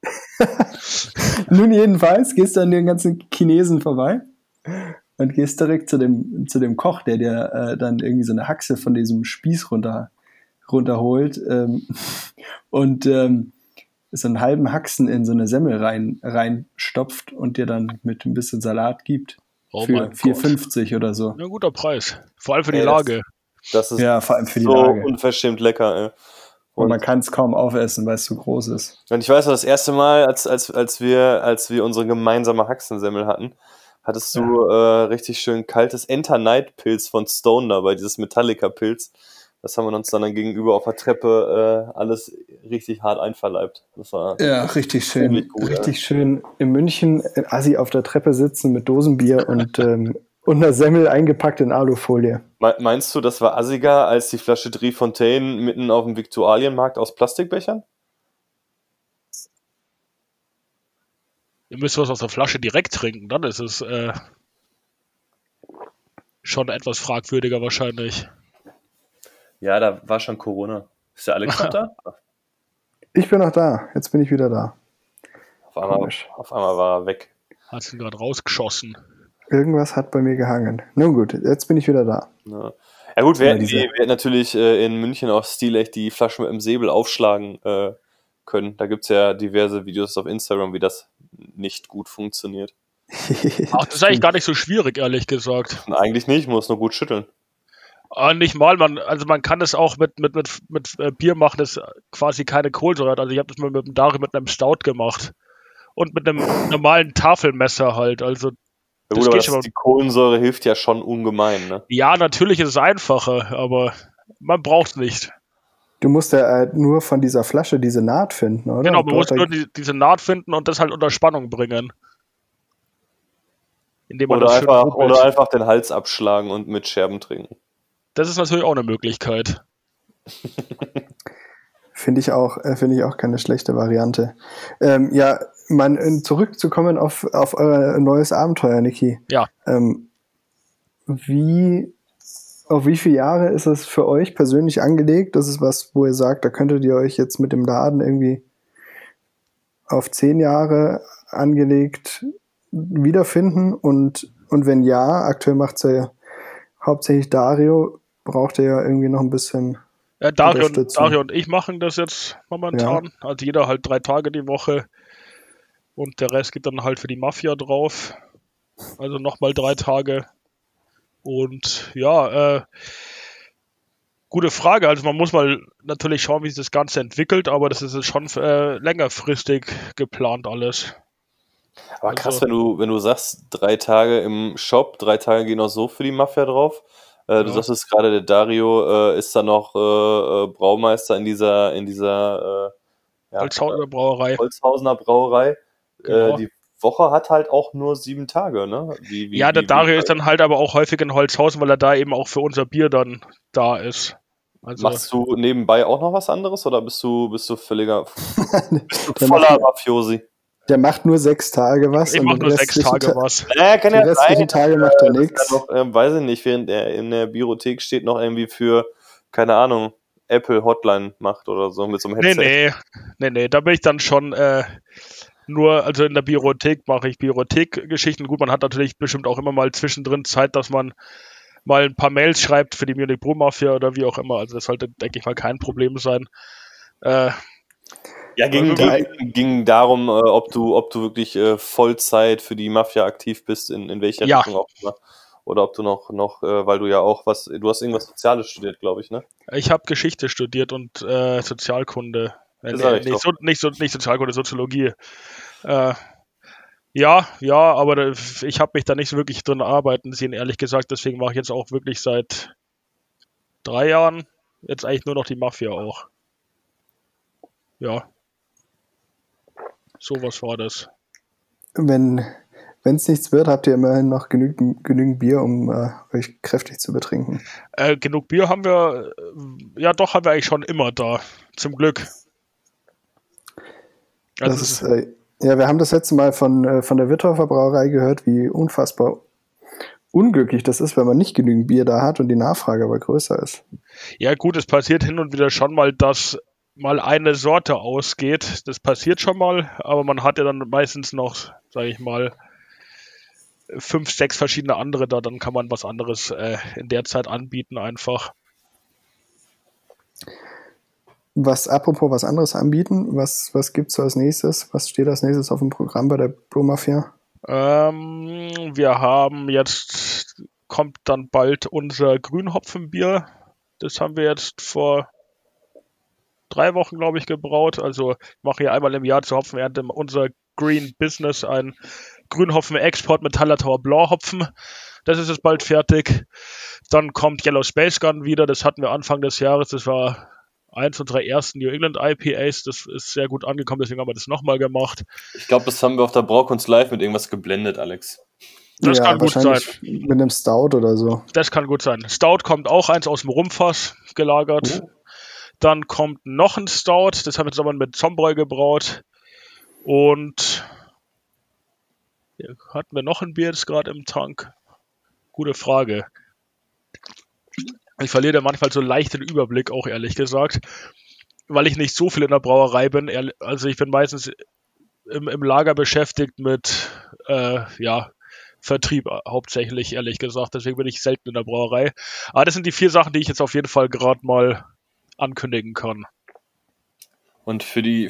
[SPEAKER 2] Nun jedenfalls gehst du an den ganzen Chinesen vorbei und gehst direkt zu dem Koch, der dir dann irgendwie so eine Haxe von diesem Spieß runterholt und so einen halben Haxen in so eine Semmel reinstopft und dir dann mit ein bisschen Salat gibt.
[SPEAKER 4] Oh
[SPEAKER 2] für 4,50 oder so.
[SPEAKER 4] Ein guter Preis. Vor allem für die Lage.
[SPEAKER 3] Das ist
[SPEAKER 2] vor allem für die
[SPEAKER 3] so
[SPEAKER 2] Lage.
[SPEAKER 3] unverschämt lecker. Ey.
[SPEAKER 2] Und man kann es kaum aufessen, weil es zu groß ist.
[SPEAKER 3] Und ich weiß noch, das erste Mal, als wir unsere gemeinsame Haxensemmel hatten, hattest du richtig schön kaltes Enter-Night-Pilz von Stone dabei, dieses Metallica-Pilz. Das haben wir uns dann gegenüber auf der Treppe alles richtig hart einverleibt. Das war
[SPEAKER 2] richtig schön.
[SPEAKER 3] Gut,
[SPEAKER 2] richtig schön in München Assi auf der Treppe sitzen mit Dosenbier und einer Semmel eingepackt in Alufolie.
[SPEAKER 3] Meinst du, das war assiger als die Flasche Driefontein mitten auf dem Viktualienmarkt aus Plastikbechern?
[SPEAKER 4] Ihr müsst was aus der Flasche direkt trinken, dann ist es schon etwas fragwürdiger wahrscheinlich.
[SPEAKER 3] Ja, da war schon Corona. Ist der Alex noch da?
[SPEAKER 2] Ich bin noch da. Jetzt bin ich wieder da.
[SPEAKER 3] Auf einmal war er weg.
[SPEAKER 4] Hat ihn gerade rausgeschossen.
[SPEAKER 2] Irgendwas hat bei mir gehangen. Nun gut, jetzt bin ich wieder da.
[SPEAKER 3] Ja gut, wir hätten natürlich in München auch stilecht die Flaschen mit dem Säbel aufschlagen können. Da gibt es ja diverse Videos auf Instagram, wie das nicht gut funktioniert.
[SPEAKER 4] Ach, das ist eigentlich gar nicht so schwierig, ehrlich gesagt.
[SPEAKER 3] Eigentlich nicht, muss nur gut schütteln.
[SPEAKER 4] Nicht mal, man kann es auch mit Bier machen, das quasi keine Kohlensäure hat. Also ich habe das mal mit einem Stout gemacht. Und mit einem normalen Tafelmesser halt. Also
[SPEAKER 3] ja gut, aber die Kohlensäure hilft ja schon ungemein, ne?
[SPEAKER 4] Ja, natürlich ist es einfacher, aber man braucht es nicht.
[SPEAKER 2] Du musst ja nur von dieser Flasche diese Naht finden, oder?
[SPEAKER 4] Genau, man muss nur diese Naht finden und das halt unter Spannung bringen. Indem man
[SPEAKER 3] oder einfach den Hals abschlagen und mit Scherben trinken.
[SPEAKER 4] Das ist natürlich auch eine Möglichkeit.
[SPEAKER 2] Finde ich auch keine schlechte Variante. Zurückzukommen auf euer neues Abenteuer, Niki.
[SPEAKER 4] Ja.
[SPEAKER 2] Auf wie viele Jahre ist es für euch persönlich angelegt? Das ist was, wo ihr sagt, da könntet ihr euch jetzt mit dem Laden irgendwie auf 10 Jahre angelegt wiederfinden? Und wenn ja, aktuell macht es ja hauptsächlich Dario, braucht ihr ja irgendwie noch ein bisschen
[SPEAKER 4] Dario und ich machen das jetzt momentan. Ja. Also jeder halt 3 Tage die Woche und der Rest geht dann halt für die Mafia drauf. Also nochmal 3 Tage. Und ja, gute Frage. Also man muss mal natürlich schauen, wie sich das Ganze entwickelt, aber das ist schon längerfristig geplant alles.
[SPEAKER 3] Aber krass, wenn du sagst, 3 Tage im Shop, 3 Tage gehen auch so für die Mafia drauf. Du sagst es gerade, der Dario ist da noch Braumeister in dieser
[SPEAKER 4] Holzhausener Brauerei.
[SPEAKER 3] Genau. Die Woche hat halt auch nur 7 Tage, ne?
[SPEAKER 4] Der Dario ist dann halt aber auch häufig in Holzhausen, weil er da eben auch für unser Bier dann da ist. Also,
[SPEAKER 3] machst du nebenbei auch noch was anderes oder bist du voller Mafiosi?
[SPEAKER 2] Der macht nur 6 Tage was.
[SPEAKER 4] Ich mach nur 6 Tage was.
[SPEAKER 3] Kann
[SPEAKER 2] die restlichen Tage macht er nichts.
[SPEAKER 3] Weiß ich nicht, während er in der Biothek steht, noch irgendwie für, keine Ahnung, Apple Hotline macht oder so mit so einem Headset.
[SPEAKER 4] Nee, da bin ich dann schon also in der Biothek mache ich Biothek-Geschichten. Gut, man hat natürlich bestimmt auch immer mal zwischendrin Zeit, dass man mal ein paar Mails schreibt für die Munich Brew Mafia oder wie auch immer. Also das sollte, denke ich mal, kein Problem sein.
[SPEAKER 3] Ging darum, ob du wirklich Vollzeit für die Mafia aktiv bist, in welcher Richtung auch immer. Oder ob du noch weil du ja auch du hast irgendwas Soziales studiert, glaube ich, ne? Ich
[SPEAKER 4] habe Geschichte studiert und Sozialkunde. Nicht Sozialkunde, Soziologie. Aber ich habe mich da nicht so wirklich drin arbeiten sehen, ehrlich gesagt. Deswegen mache ich jetzt auch wirklich seit 3 Jahren jetzt eigentlich nur noch die Mafia auch. Ja. Sowas war das.
[SPEAKER 2] Wenn es nichts wird, habt ihr immerhin noch genügend Bier, um euch kräftig zu betrinken.
[SPEAKER 4] Genug Bier haben wir, haben wir eigentlich schon immer da. Zum Glück.
[SPEAKER 2] Also wir haben das letzte Mal von der Wittorfer Brauerei gehört, wie unfassbar unglücklich das ist, wenn man nicht genügend Bier da hat und die Nachfrage aber größer ist.
[SPEAKER 4] Ja gut, es passiert hin und wieder schon mal, dass mal eine Sorte ausgeht. Das passiert schon mal, aber man hat ja dann meistens noch, sage ich mal, 5, 6 verschiedene andere da, dann kann man was anderes in der Zeit anbieten einfach.
[SPEAKER 2] Apropos was anderes anbieten, was gibt's so als nächstes? Was steht als nächstes auf dem Programm bei der Brewmafia?
[SPEAKER 4] Wir haben jetzt, kommt dann bald unser Grünhopfenbier. Das haben wir jetzt vor 3 Wochen, glaube ich, gebraut. Also ich mache hier einmal im Jahr zur Hopfenernte unser Green Business ein Grünhopfen-Export mit Hallertauer Blauhopfen. Das ist jetzt bald fertig. Dann kommt Yellow Space Gun wieder. Das hatten wir Anfang des Jahres. Das war eins unserer ersten New England IPAs. Das ist sehr gut angekommen, deswegen haben wir das nochmal gemacht.
[SPEAKER 3] Ich glaube, das haben wir auf der Braukunst Live mit irgendwas geblendet, Alex.
[SPEAKER 4] Das kann gut sein.
[SPEAKER 2] Mit einem Stout oder so.
[SPEAKER 4] Das kann gut sein. Stout kommt auch eins aus dem Rumfass gelagert. Dann kommt noch ein Stout. Das haben wir zusammen mit Zombroy gebraut. Und hier hatten wir noch ein Bier jetzt gerade im Tank? Gute Frage. Ich verliere da manchmal so leicht den Überblick, auch ehrlich gesagt, weil ich nicht so viel in der Brauerei bin. Also ich bin meistens im Lager beschäftigt mit Vertrieb hauptsächlich, ehrlich gesagt. Deswegen bin ich selten in der Brauerei. Aber das sind die 4 Sachen, die ich jetzt auf jeden Fall gerade mal ankündigen kann.
[SPEAKER 3] Und für die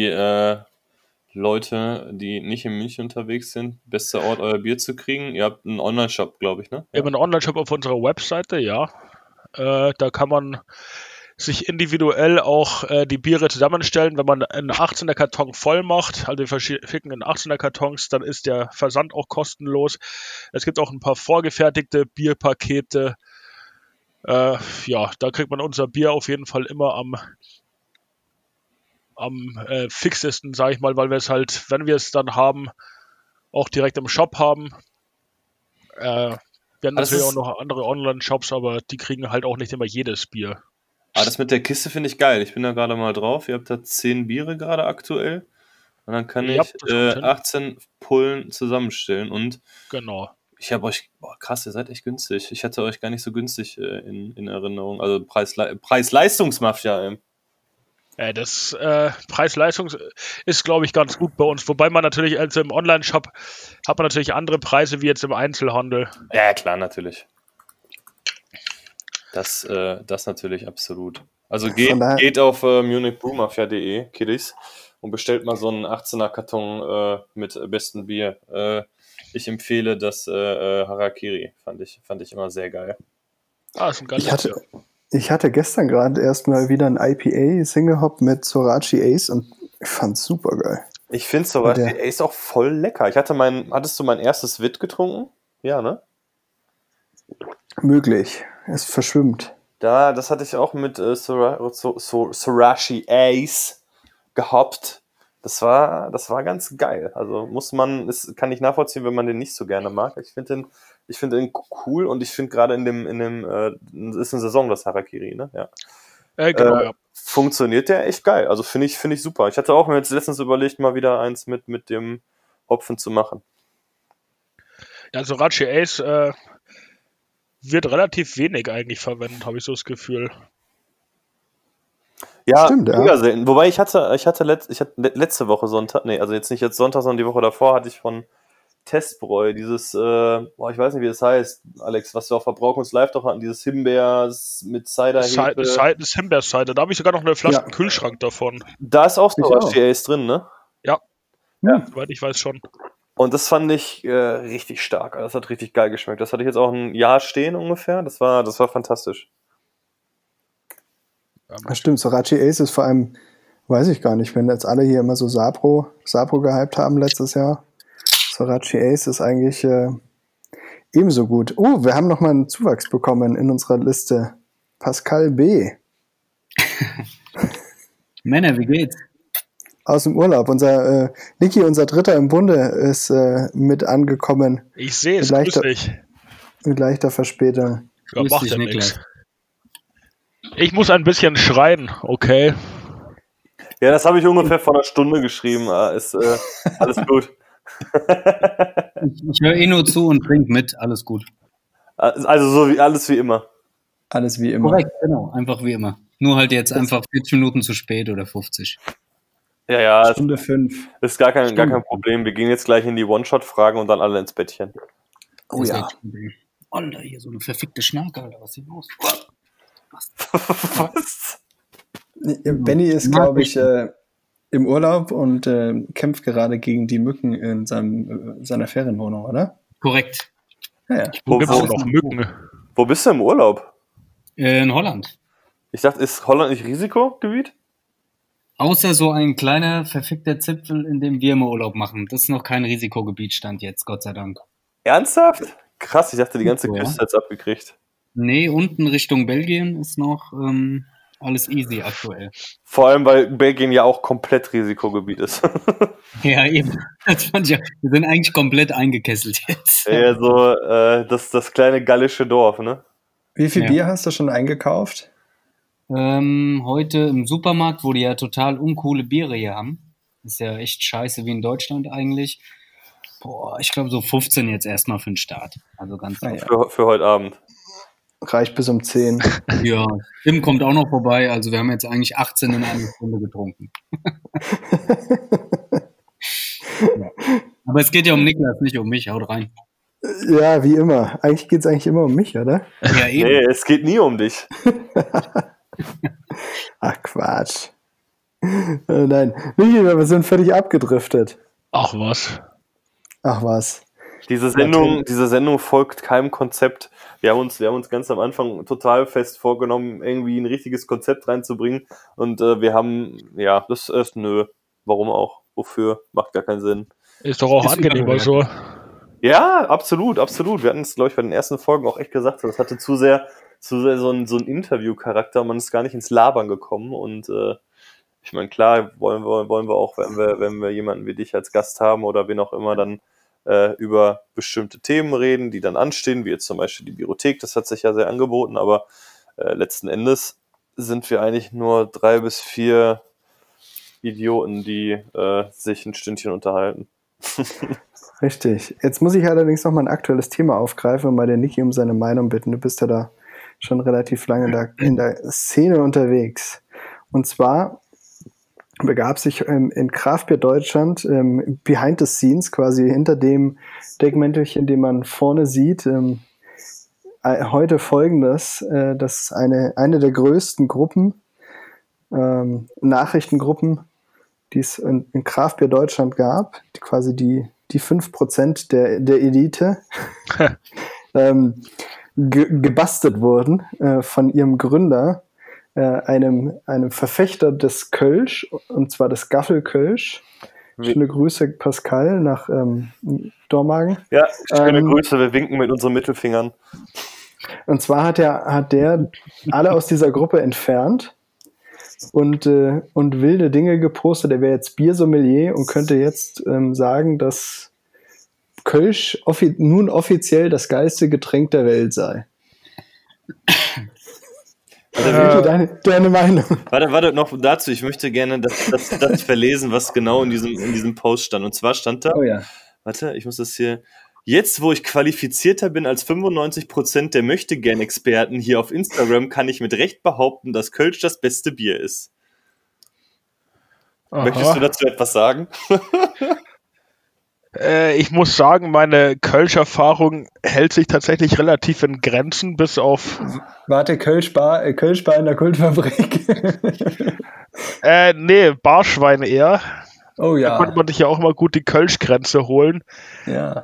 [SPEAKER 3] Leute, die nicht in München unterwegs sind, bester Ort, euer Bier zu kriegen? Ihr habt einen Online-Shop, glaube ich, ne?
[SPEAKER 4] Wir haben einen Online-Shop auf unserer Webseite, ja. Da kann man sich individuell auch die Biere zusammenstellen. Wenn man einen 18er Karton voll macht, also wir verschicken in 18er Kartons, dann ist der Versand auch kostenlos. Es gibt auch ein paar vorgefertigte Bierpakete. Da kriegt man unser Bier auf jeden Fall immer am fixesten, sage ich mal, weil wir es halt, wenn wir es dann haben, auch direkt im Shop haben. Wir haben natürlich auch noch andere Online-Shops, aber die kriegen halt auch nicht immer jedes Bier.
[SPEAKER 3] Aber das mit der Kiste finde ich geil. Ich bin da gerade mal drauf. Ihr habt da 10 Biere gerade aktuell. Und dann kann ich 18 Pullen zusammenstellen. Und
[SPEAKER 4] genau.
[SPEAKER 3] Ich habe euch, krass, ihr seid echt günstig. Ich hatte euch gar nicht so günstig in Erinnerung. Also Preis-Leistungs-Mafia, ey.
[SPEAKER 4] Das Preis-Leistung ist, glaube ich, ganz gut bei uns. Wobei man natürlich, also im Online-Shop hat man natürlich andere Preise wie jetzt im Einzelhandel.
[SPEAKER 3] Ja, klar, natürlich. Das natürlich absolut. Also geht auf munichbrewmafia.de, Kiddies, und bestellt mal so einen 18er Karton mit bestem Bier. Ich empfehle das Harakiri. Fand ich immer sehr geil.
[SPEAKER 4] Ist ein geiles Bier.
[SPEAKER 2] Ich hatte gestern gerade erstmal wieder ein IPA Single Hop mit Sorachi Ace und ich fand's super geil.
[SPEAKER 3] Ich finde Sorachi Ace auch voll lecker. Hattest du mein erstes Witt getrunken? Ja, ne?
[SPEAKER 2] Möglich. Es verschwimmt.
[SPEAKER 3] Das hatte ich auch mit Sorachi Ace gehoppt. Das war ganz geil. Also kann ich nachvollziehen, wenn man den nicht so gerne mag. Ich finde den cool und ich finde gerade in dem ist eine Saison das Harakiri, ne? Ja.
[SPEAKER 4] Genau, ja.
[SPEAKER 3] Funktioniert der echt geil. Also finde ich super. Ich hatte auch mir jetzt letztens überlegt, mal wieder eins mit dem Hopfen zu machen. Ja,
[SPEAKER 4] Sorachi Ace wird relativ wenig eigentlich verwendet, habe ich so das Gefühl.
[SPEAKER 3] Ja, stimmt, mega selten. Wobei ich hatte letzte Woche Sonntag, also jetzt nicht jetzt Sonntag, sondern die Woche davor hatte ich von Testbräu dieses, ich weiß nicht, wie das heißt, Alex, was wir auf der Braukunst Live doch hatten, dieses Himbeers mit Cider-Hefe.
[SPEAKER 4] Das Himbeer-Cider, da habe ich sogar noch eine Flasche im Kühlschrank davon.
[SPEAKER 3] Da ist auch Sorachi Ace drin, ne?
[SPEAKER 4] Ja, soweit ich weiß schon.
[SPEAKER 3] Und das fand ich richtig stark, das hat richtig geil geschmeckt. Das hatte ich jetzt auch ein Jahr stehen ungefähr, das war fantastisch.
[SPEAKER 2] Das stimmt, Sorachi Ace ist vor allem, weiß ich gar nicht, wenn jetzt alle hier immer so Sapro gehypt haben letztes Jahr. Sorachi Ace ist eigentlich ebenso gut. Oh, wir haben nochmal einen Zuwachs bekommen in unserer Liste. Pascal B.
[SPEAKER 5] Männer, wie geht's?
[SPEAKER 2] Aus dem Urlaub. Unser Niki, unser Dritter im Bunde, ist mit angekommen.
[SPEAKER 4] Ich sehe es, grüß dich.
[SPEAKER 2] Mit leichter Verspätung.
[SPEAKER 4] Ja, macht ja nichts. Ich muss ein bisschen schreien, okay?
[SPEAKER 3] Ja, das habe ich ungefähr vor einer Stunde geschrieben. Ist alles gut.
[SPEAKER 5] Ich höre nur zu und trinke mit, alles gut.
[SPEAKER 3] Also alles wie immer.
[SPEAKER 2] Alles wie immer.
[SPEAKER 5] Korrekt, genau, einfach wie immer. Nur halt jetzt einfach 40 Minuten zu spät oder 50.
[SPEAKER 3] Ja,
[SPEAKER 2] Stunde 5.
[SPEAKER 3] ist gar kein Problem. Wir gehen jetzt gleich in die One-Shot-Fragen und dann alle ins Bettchen.
[SPEAKER 2] Oh ja.
[SPEAKER 5] Alter, hier so eine verfickte Schnarke, Alter, was ist hier los?
[SPEAKER 3] Was?
[SPEAKER 2] Benny ist, glaube ich, im Urlaub und kämpft gerade gegen die Mücken in seiner Ferienwohnung, oder?
[SPEAKER 5] Korrekt.
[SPEAKER 2] Ja.
[SPEAKER 4] Wo gibt es noch Mücken?
[SPEAKER 3] Wo bist du im Urlaub?
[SPEAKER 5] In Holland.
[SPEAKER 3] Ich dachte, ist Holland nicht Risikogebiet?
[SPEAKER 5] Außer so ein kleiner, verfickter Zipfel, in dem wir immer Urlaub machen. Das ist noch kein Risikogebiet, stand jetzt, Gott sei Dank.
[SPEAKER 3] Ernsthaft? Krass, ich dachte, die ganze
[SPEAKER 5] Ja.
[SPEAKER 3] Küste hat's abgekriegt.
[SPEAKER 5] Nee, unten Richtung Belgien ist noch alles easy aktuell.
[SPEAKER 3] Vor allem, weil Belgien ja auch komplett Risikogebiet ist.
[SPEAKER 5] Ja, eben. Das fand ich, wir sind eigentlich komplett eingekesselt jetzt.
[SPEAKER 3] Ja, so das kleine gallische Dorf, ne?
[SPEAKER 2] Wie viel
[SPEAKER 5] Ja.
[SPEAKER 2] Bier hast du schon eingekauft?
[SPEAKER 5] Heute im Supermarkt, wo die ja total uncoole Biere hier haben. Ist ja echt scheiße wie in Deutschland eigentlich. Boah, ich glaube so 15 jetzt erstmal für den Start. Also ganz
[SPEAKER 2] Ah, ja.
[SPEAKER 3] Für heute Abend.
[SPEAKER 2] Reicht bis um 10.
[SPEAKER 5] Ja, Tim kommt auch noch vorbei. Also wir haben jetzt eigentlich 18 in einer Stunde getrunken. Ja. Aber es geht ja um Niklas, nicht um mich. Haut rein.
[SPEAKER 2] Ja, wie immer. Eigentlich geht es eigentlich immer um mich, oder?
[SPEAKER 5] Ja, eben.
[SPEAKER 3] Nee, es geht nie um dich.
[SPEAKER 2] Ach, Quatsch. Nein, Michi, wir sind völlig abgedriftet.
[SPEAKER 4] Ach was.
[SPEAKER 2] Ach was.
[SPEAKER 3] Diese Sendung folgt keinem Konzept. Wir haben uns ganz am Anfang total fest vorgenommen, irgendwie ein richtiges Konzept reinzubringen. Und wir haben, ja, das ist nö. Warum auch? Wofür? Macht gar keinen Sinn.
[SPEAKER 4] Ist doch auch
[SPEAKER 5] Ist
[SPEAKER 4] angenehmer so.
[SPEAKER 3] Ja, absolut. Wir hatten es, glaube ich, bei den ersten Folgen auch echt gesagt. Das hatte zu sehr so ein Interview-Charakter. Man ist gar nicht ins Labern gekommen. Und ich meine, klar wollen wir auch, wenn wir jemanden wie dich als Gast haben oder wen auch immer, dann über bestimmte Themen reden, die dann anstehen, wie jetzt zum Beispiel die Biothek. Das hat sich ja sehr angeboten. Aber letzten Endes sind wir eigentlich nur 3 bis 4 Idioten, die sich ein Stündchen unterhalten.
[SPEAKER 2] Richtig. Jetzt muss ich allerdings noch mal ein aktuelles Thema aufgreifen und mal den Niki um seine Meinung bitten. Du bist ja da schon relativ lange in der Szene unterwegs. Und zwar begab sich in Craft Beer Deutschland behind the scenes, quasi hinter dem Deckmäntelchen, den man vorne sieht, heute Folgendes, dass eine der größten Gruppen, Nachrichtengruppen, die es in Craft Beer Deutschland gab, quasi die 5% der Elite, gebastelt wurden von ihrem Gründer, einem Verfechter des Kölsch, und zwar des Gaffelkölsch. Schöne Grüße, Pascal, nach Dormagen.
[SPEAKER 3] Ja, schöne Grüße, wir winken mit unseren Mittelfingern.
[SPEAKER 2] Und zwar hat der alle aus dieser Gruppe entfernt und wilde Dinge gepostet. Er wäre jetzt Biersommelier und könnte jetzt sagen, dass Kölsch nun offiziell das geilste Getränk der Welt sei. Deine Meinung.
[SPEAKER 3] Warte, noch dazu. Ich möchte gerne das verlesen, was genau in diesem Post stand. Und zwar stand da,
[SPEAKER 2] Oh ja.
[SPEAKER 3] warte, ich muss das hier, jetzt, wo ich qualifizierter bin als 95% der Möchtegern-Experten hier auf Instagram, kann ich mit Recht behaupten, dass Kölsch das beste Bier ist.
[SPEAKER 4] Aha.
[SPEAKER 3] Möchtest du dazu etwas sagen?
[SPEAKER 4] Ich muss sagen, meine Kölsch-Erfahrung hält sich tatsächlich relativ in Grenzen, bis auf...
[SPEAKER 2] Warte, Kölschbar in der Kultfabrik.
[SPEAKER 4] Nee, Barschwein eher.
[SPEAKER 2] Oh
[SPEAKER 4] Da
[SPEAKER 2] ja.
[SPEAKER 4] konnte man sich ja auch mal gut die Kölsch-Grenze holen.
[SPEAKER 2] Ja.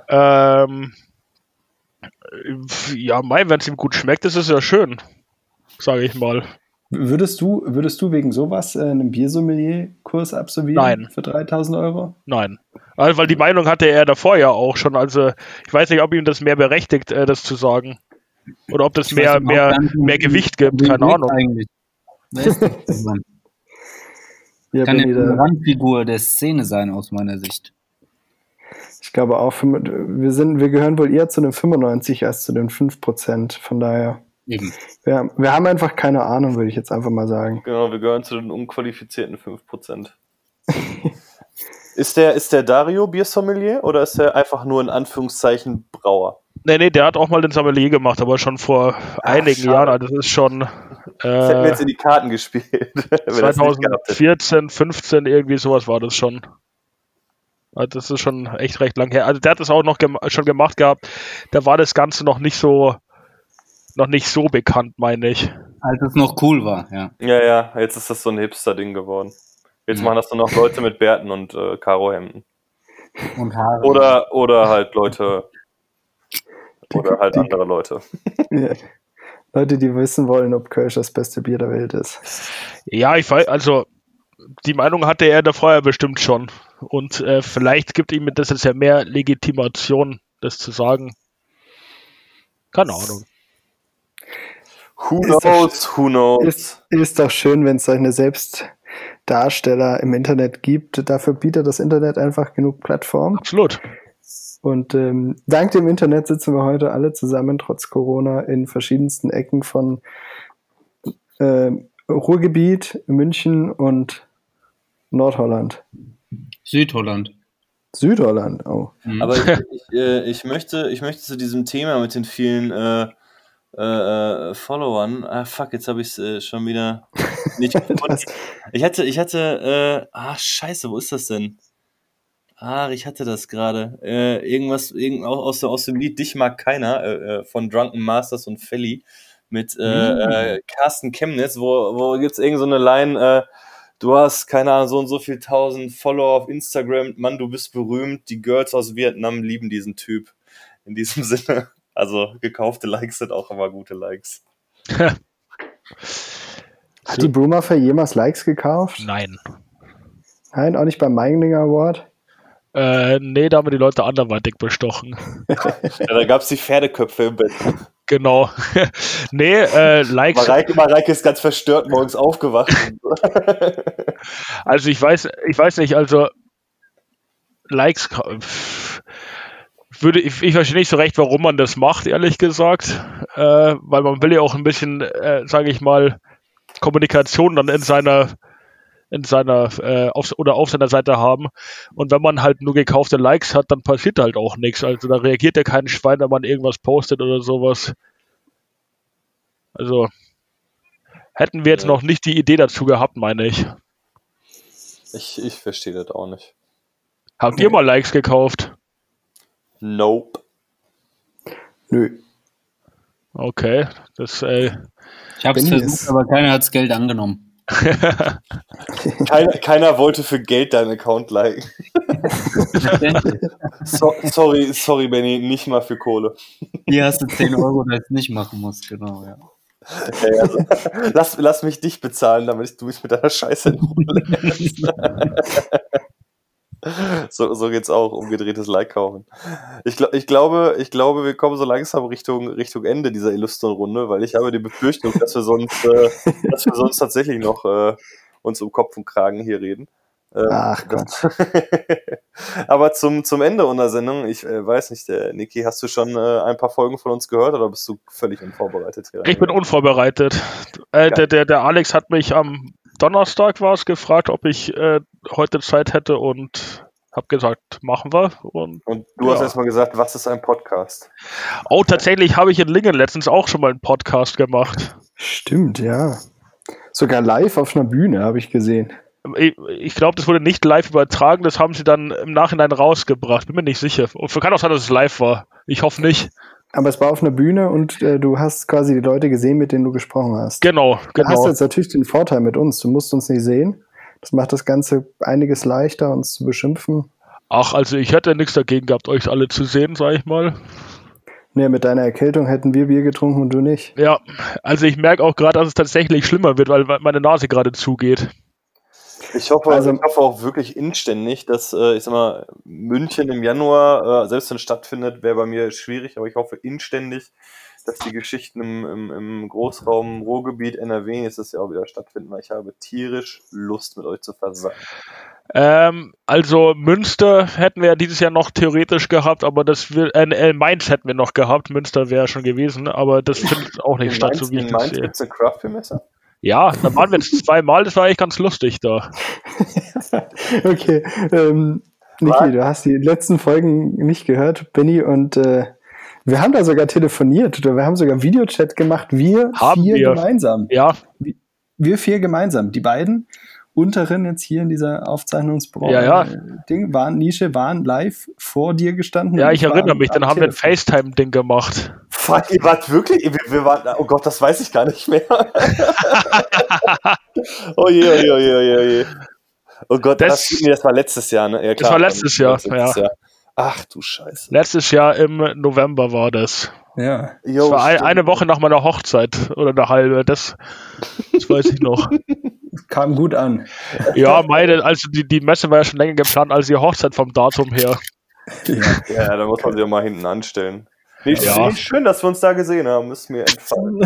[SPEAKER 4] Ja, wenn es ihm gut schmeckt, ist es ja schön, sage ich mal.
[SPEAKER 2] Würdest du wegen sowas einen Biersommelier-Kurs absolvieren?
[SPEAKER 4] Nein.
[SPEAKER 2] Für 3.000 Euro?
[SPEAKER 4] Nein. Also, weil die Meinung hatte er davor ja auch schon. Also ich weiß nicht, ob ihm das mehr berechtigt, das zu sagen. Oder ob das mehr Gewicht gibt, keine Ahnung.
[SPEAKER 5] Eigentlich. Wer ist das denn?
[SPEAKER 2] Ja,
[SPEAKER 5] Kann
[SPEAKER 2] Benni,
[SPEAKER 5] eine Randfigur der Szene sein, aus meiner Sicht.
[SPEAKER 2] ich glaube auch, wir gehören wohl eher zu den 95 als zu den 5%. Von daher,
[SPEAKER 5] Eben.
[SPEAKER 2] wir haben einfach keine Ahnung, würde ich jetzt einfach mal sagen.
[SPEAKER 3] Genau, wir gehören zu den unqualifizierten 5%. Ist der Dario Biersommelier oder ist er einfach nur in Anführungszeichen Brauer?
[SPEAKER 4] Nee, der hat auch mal den Sommelier gemacht, aber schon vor einigen
[SPEAKER 3] schade.
[SPEAKER 4] Jahren. Also das ist schon
[SPEAKER 3] Das hätten wir jetzt in die Karten gespielt.
[SPEAKER 4] 2014, 15, irgendwie sowas war das schon. Also das ist schon echt recht lang her. Also der hat das auch noch schon gemacht gehabt. Da war das Ganze noch nicht so bekannt, meine ich.
[SPEAKER 5] Als es noch cool war, ja.
[SPEAKER 3] Ja, jetzt ist das so ein Hipster-Ding geworden. Jetzt machen das nur noch Leute mit Bärten und Karohemden.
[SPEAKER 5] Und Haare.
[SPEAKER 3] Oder halt Leute. Oder halt andere Leute.
[SPEAKER 2] Ja. Leute, die wissen wollen, ob Kölsch das beste Bier der Welt ist.
[SPEAKER 4] Ja, ich weiß, also die Meinung hatte er da vorher bestimmt schon. Und vielleicht gibt ihm das jetzt ja mehr Legitimation, das zu sagen. Keine Ahnung.
[SPEAKER 3] Who knows?
[SPEAKER 2] Ist doch schön, wenn es solche Selbstdarsteller im Internet gibt. Dafür bietet das Internet einfach genug Plattformen.
[SPEAKER 4] Absolut.
[SPEAKER 2] Und dank dem Internet sitzen wir heute alle zusammen, trotz Corona, in verschiedensten Ecken von Ruhrgebiet, München und Nordholland.
[SPEAKER 5] Südholland,
[SPEAKER 2] oh.
[SPEAKER 3] Aber ich möchte zu diesem Thema mit den vielen Followern, jetzt habe ich es schon wieder nicht gefunden. Ich hatte, scheiße, wo ist das denn? Ich hatte das gerade. Irgendwas aus dem Lied Dich mag keiner von Drunken Masters und Felly mit Carsten Chemnitz, wo gibt's irgend so eine Line, du hast, keine Ahnung, so und so viel 1000 Follower auf Instagram, Mann, du bist berühmt, die Girls aus Vietnam lieben diesen Typ. In diesem Sinne, also gekaufte Likes sind auch immer gute Likes.
[SPEAKER 2] Hat die Brewmafia jemals Likes gekauft?
[SPEAKER 4] Nein,
[SPEAKER 2] auch nicht beim Meininger Award?
[SPEAKER 4] Nee, da haben wir die Leute anderweitig bestochen.
[SPEAKER 3] Ja, da gab's die Pferdeköpfe im Bett.
[SPEAKER 4] Genau. Nee, Likes.
[SPEAKER 3] Mareike ist ganz verstört morgens aufgewacht.
[SPEAKER 4] Also ich weiß nicht, also Likes ich verstehe nicht so recht, warum man das macht, ehrlich gesagt. Weil man will ja auch ein bisschen, sage ich mal, Kommunikation dann auf seiner Seite haben. Und wenn man halt nur gekaufte Likes hat, dann passiert halt auch nichts. Also da reagiert ja kein Schwein, wenn man irgendwas postet oder sowas. Also hätten wir jetzt noch nicht die Idee dazu gehabt, meine ich.
[SPEAKER 3] Ich verstehe das auch nicht.
[SPEAKER 4] Habt ihr mal Likes gekauft?
[SPEAKER 3] Nope.
[SPEAKER 2] Nö.
[SPEAKER 4] Okay, das
[SPEAKER 5] ich habe es versucht, aber keiner hat das Geld angenommen.
[SPEAKER 3] Keiner wollte für Geld deinen Account liken. Sorry, Benny, nicht mal für Kohle.
[SPEAKER 5] Hier hast du 10 Euro, dass du nicht machen musst, genau, ja.
[SPEAKER 3] Also, lass mich dich bezahlen, damit du mich mit deiner Scheiße in Ruhe lässt. So geht's auch, umgedrehtes Like kaufen. Ich glaube, wir kommen so langsam Richtung Ende dieser illustren Runde, weil ich habe die Befürchtung, dass wir sonst tatsächlich noch uns um Kopf und Kragen hier reden.
[SPEAKER 2] Ach Gott.
[SPEAKER 3] Aber zum Ende unserer Sendung, ich weiß nicht, Niki, hast du schon ein paar Folgen von uns gehört oder bist du völlig unvorbereitet hier?
[SPEAKER 4] Ich bin unvorbereitet. Der Alex hat mich am Donnerstag gefragt, ob ich heute Zeit hätte und habe gesagt, machen wir. Und
[SPEAKER 3] du hast erstmal gesagt, was ist ein Podcast?
[SPEAKER 4] Oh, tatsächlich habe ich in Lingen letztens auch schon mal einen Podcast gemacht.
[SPEAKER 2] Stimmt, ja. Sogar live auf einer Bühne, habe ich gesehen.
[SPEAKER 4] Ich glaube, das wurde nicht live übertragen, das haben sie dann im Nachhinein rausgebracht. Bin mir nicht sicher. Kann auch sein, dass es live war. Ich hoffe nicht.
[SPEAKER 2] Aber es war auf einer Bühne und du hast quasi die Leute gesehen, mit denen du gesprochen hast.
[SPEAKER 4] Genau.
[SPEAKER 2] Du hast jetzt natürlich den Vorteil mit uns. Du musst uns nicht sehen. Das macht das Ganze einiges leichter, uns zu beschimpfen.
[SPEAKER 4] Ach, also ich hätte nichts dagegen gehabt, euch alle zu sehen, sag ich mal.
[SPEAKER 2] Nee, mit deiner Erkältung hätten wir Bier getrunken und du nicht.
[SPEAKER 4] Ja, also ich merke auch gerade, dass es tatsächlich schlimmer wird, weil meine Nase gerade zugeht.
[SPEAKER 3] Ich hoffe auch wirklich inständig, dass, ich sag mal, München im Januar, selbst wenn es stattfindet, wäre bei mir schwierig, aber ich hoffe inständig, dass die Geschichten im Großraum Ruhrgebiet, NRW, nächstes Jahr auch wieder stattfinden, weil ich habe tierisch Lust, mit euch zu versacken.
[SPEAKER 4] Also Münster hätten wir ja dieses Jahr noch theoretisch gehabt, aber Mainz hätten wir noch gehabt, Münster wäre schon gewesen, aber das findet auch nicht statt, so wie ich das sehe.
[SPEAKER 3] Gibt es eine Craft-Beer-Messe? Ja,
[SPEAKER 4] da waren wir jetzt zweimal, das war eigentlich ganz lustig da.
[SPEAKER 2] Okay, Niki, du hast die letzten Folgen nicht gehört. Benny und Wir haben da sogar telefoniert oder wir haben sogar Videochat gemacht. Wir vier gemeinsam.
[SPEAKER 4] Ja.
[SPEAKER 2] Wir 4 gemeinsam. Die beiden unteren jetzt hier in dieser Aufzeichnungsding waren live vor dir gestanden.
[SPEAKER 4] Ja, ich erinnere mich, dann haben wir ein FaceTime-Ding gemacht.
[SPEAKER 3] Ihr wart wirklich? Wir waren, oh Gott, das weiß ich gar nicht mehr. Oh je. Oh Gott, das war letztes Jahr, ne? Ja, klar,
[SPEAKER 4] das war letztes Jahr.
[SPEAKER 3] Ach du Scheiße.
[SPEAKER 4] Letztes Jahr im November war das.
[SPEAKER 2] Ja.
[SPEAKER 4] Das war eine Woche nach meiner Hochzeit oder eine halbe, das weiß ich noch.
[SPEAKER 2] Kam gut an.
[SPEAKER 4] Ja, also die Messe war ja schon länger geplant als die Hochzeit vom Datum her.
[SPEAKER 3] Ja, da muss man sich auch mal hinten anstellen. Schön, dass wir uns da gesehen haben. Ist mir entfallen.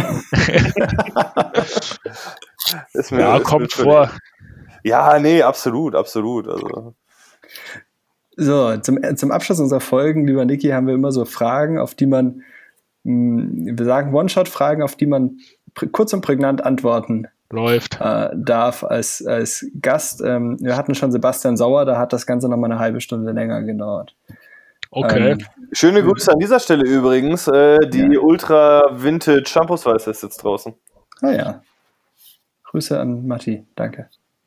[SPEAKER 4] Kommt vor.
[SPEAKER 3] Ja, nee, absolut. Also.
[SPEAKER 2] So, zum Abschluss unserer Folgen, lieber Niki, haben wir immer so Fragen, auf die man, wir sagen One-Shot-Fragen, auf die man kurz und prägnant antworten darf als Gast. Wir hatten schon Sebastian Sauer, da hat das Ganze nochmal eine halbe Stunde länger gedauert.
[SPEAKER 4] Okay.
[SPEAKER 3] Schöne Grüße an dieser Stelle übrigens. Die Ultra Vintage Shampoos-Weiß ist jetzt draußen.
[SPEAKER 2] Ah ja. Grüße an Matti, danke.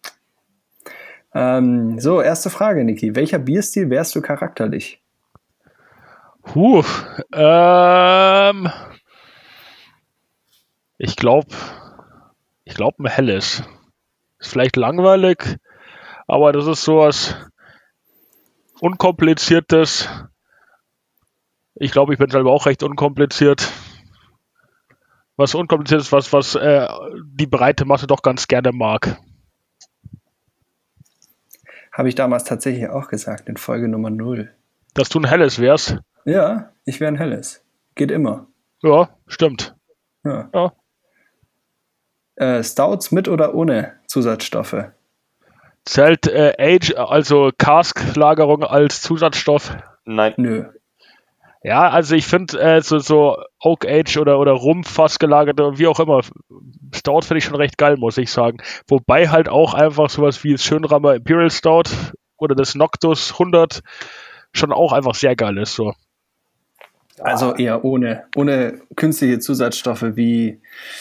[SPEAKER 2] So, erste Frage, Niki. Welcher Bierstil wärst du charakterlich?
[SPEAKER 4] Ich glaube ein helles. Ist vielleicht langweilig, aber das ist sowas Unkompliziertes. Ich glaube, ich bin selber auch recht unkompliziert. Was unkompliziert ist, was die breite Masse doch ganz gerne mag.
[SPEAKER 2] Habe ich damals tatsächlich auch gesagt, in Folge Nummer 0.
[SPEAKER 4] Dass du ein helles wärst?
[SPEAKER 2] Ja, ich wäre ein helles. Geht immer.
[SPEAKER 4] Ja, stimmt.
[SPEAKER 2] Ja. Stouts mit oder ohne Zusatzstoffe?
[SPEAKER 4] Zählt Age, also Cask-Lagerung als Zusatzstoff?
[SPEAKER 3] Nein.
[SPEAKER 2] Nö.
[SPEAKER 4] Ja, also ich finde so Oak Age oder Rumfass gelagerte, wie auch immer, Stout finde ich schon recht geil, muss ich sagen. Wobei halt auch einfach sowas wie das Schönrammer Imperial Stout oder das Noctus 100 schon auch einfach sehr geil ist. So.
[SPEAKER 2] Also eher ohne künstliche Zusatzstoffe wie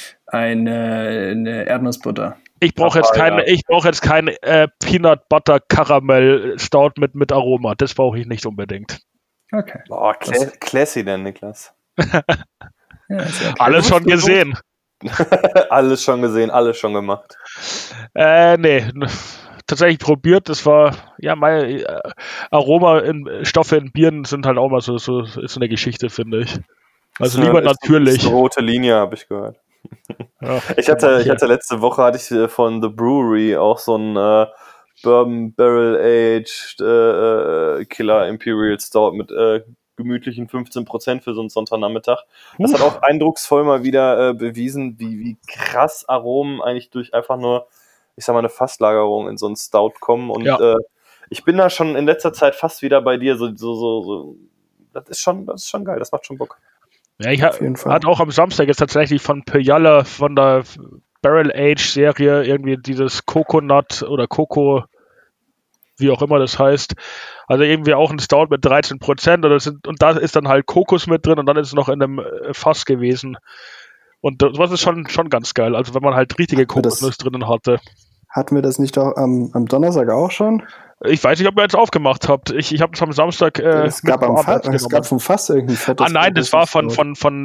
[SPEAKER 2] eine Erdnussbutter.
[SPEAKER 4] Ich brauche jetzt kein Peanut Butter Karamell Stout mit Aroma. Das brauche ich nicht unbedingt.
[SPEAKER 2] Okay.
[SPEAKER 3] Boah, classy denn, Niklas.
[SPEAKER 2] Ja,
[SPEAKER 4] alles schon gesehen.
[SPEAKER 3] Alles schon gesehen, alles schon gemacht.
[SPEAKER 4] Nee, tatsächlich probiert. Das war, ja, meine Aromastoffe in Bieren sind halt auch mal so eine Geschichte, finde ich. Also lieber natürlich.
[SPEAKER 3] Das ist eine rote Linie, habe ich gehört.
[SPEAKER 4] Ja,
[SPEAKER 3] ich hatte letzte Woche von The Brewery auch so ein Bourbon Barrel Aged Killer Imperial Stout mit gemütlichen 15% für so einen Sonntagnachmittag. Das hat auch eindrucksvoll mal wieder bewiesen, wie krass Aromen eigentlich durch einfach nur, ich sag mal, eine Fasslagerung in so einen Stout kommen. Und ich bin da schon in letzter Zeit fast wieder bei dir. So. Das ist schon geil, das macht schon Bock.
[SPEAKER 4] Ja, ich hatte auch am Samstag jetzt tatsächlich von Pejala von der Barrel Age Serie irgendwie dieses Coconut oder Coco, wie auch immer das heißt. Also irgendwie auch ein Stout mit 13% und da ist dann halt Kokos mit drin und dann ist es noch in einem Fass gewesen. Und das ist schon ganz geil. Also wenn man halt richtige Kokosnuss drinnen hatte.
[SPEAKER 2] Hatten wir das nicht auch am Donnerstag auch schon?
[SPEAKER 4] Ich weiß nicht, ob ihr jetzt aufgemacht habt. Ich habe es am Samstag
[SPEAKER 2] es gab vom Fass irgendein fettes.
[SPEAKER 4] Nein, das war von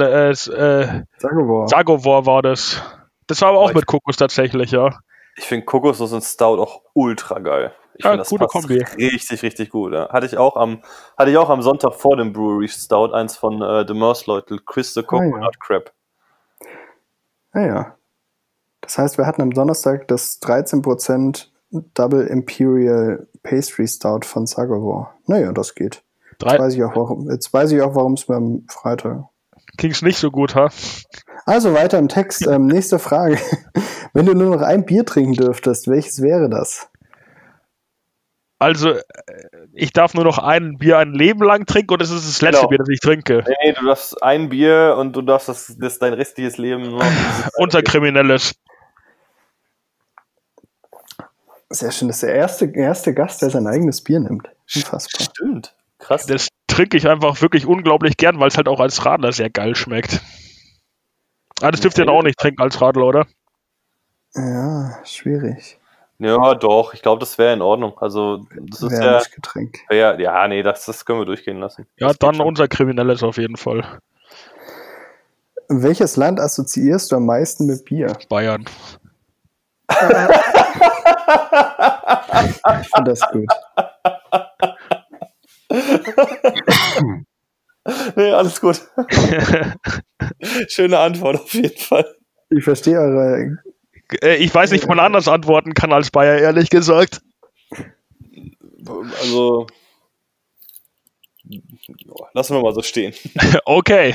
[SPEAKER 4] Sagovor war das. Das war aber auch mit Kokos tatsächlich, ja.
[SPEAKER 3] Ich finde Kokosnuss und Stout auch ultra geil. Ich finde das
[SPEAKER 4] gute Kombi.
[SPEAKER 3] Richtig, richtig gut. Ja. Hatte ich auch am Sonntag vor dem Brewery Stout, eins von The Mersleutl, Chris the Coconut Crab.
[SPEAKER 2] Ja. Das heißt, wir hatten am Donnerstag das 13% Double Imperial Pastry Stout von Sagovor. Naja, das geht. Jetzt weiß ich auch, warum es mir am Freitag
[SPEAKER 4] ging's nicht so gut, ha?
[SPEAKER 2] Also weiter im Text. Nächste Frage. Wenn du nur noch ein Bier trinken dürftest, welches wäre das?
[SPEAKER 4] Also, ich darf nur noch ein Bier ein Leben lang trinken und es ist das letzte Bier, das ich trinke.
[SPEAKER 3] Nee, du darfst ein Bier und du darfst das dein restliches Leben nur
[SPEAKER 4] unser Kriminelles.
[SPEAKER 2] Sehr schön, das ist der erste Gast, der sein eigenes Bier nimmt. Unfassbar.
[SPEAKER 3] Stimmt, krass.
[SPEAKER 4] Das trinke ich einfach wirklich unglaublich gern, weil es halt auch als Radler sehr geil schmeckt. Ah, das dürft ihr dann auch nicht trinken als Radler, oder?
[SPEAKER 2] Ja, schwierig.
[SPEAKER 3] Ja, doch. Ich glaube, das wäre in Ordnung. Also, das ist ja...
[SPEAKER 2] Getränk.
[SPEAKER 3] Ja, nee, das können wir durchgehen lassen.
[SPEAKER 4] Ja, dann unser Kriminelles auf jeden Fall.
[SPEAKER 2] Welches Land assoziierst du am meisten mit Bier?
[SPEAKER 4] Bayern.
[SPEAKER 2] Ich finde das gut.
[SPEAKER 3] Nee, alles gut. Schöne Antwort auf jeden Fall.
[SPEAKER 2] Ich verstehe eure...
[SPEAKER 4] Ich weiß nicht, wie man anders antworten kann als Bayer, ehrlich gesagt.
[SPEAKER 3] Also, lassen wir mal so stehen.
[SPEAKER 4] Okay.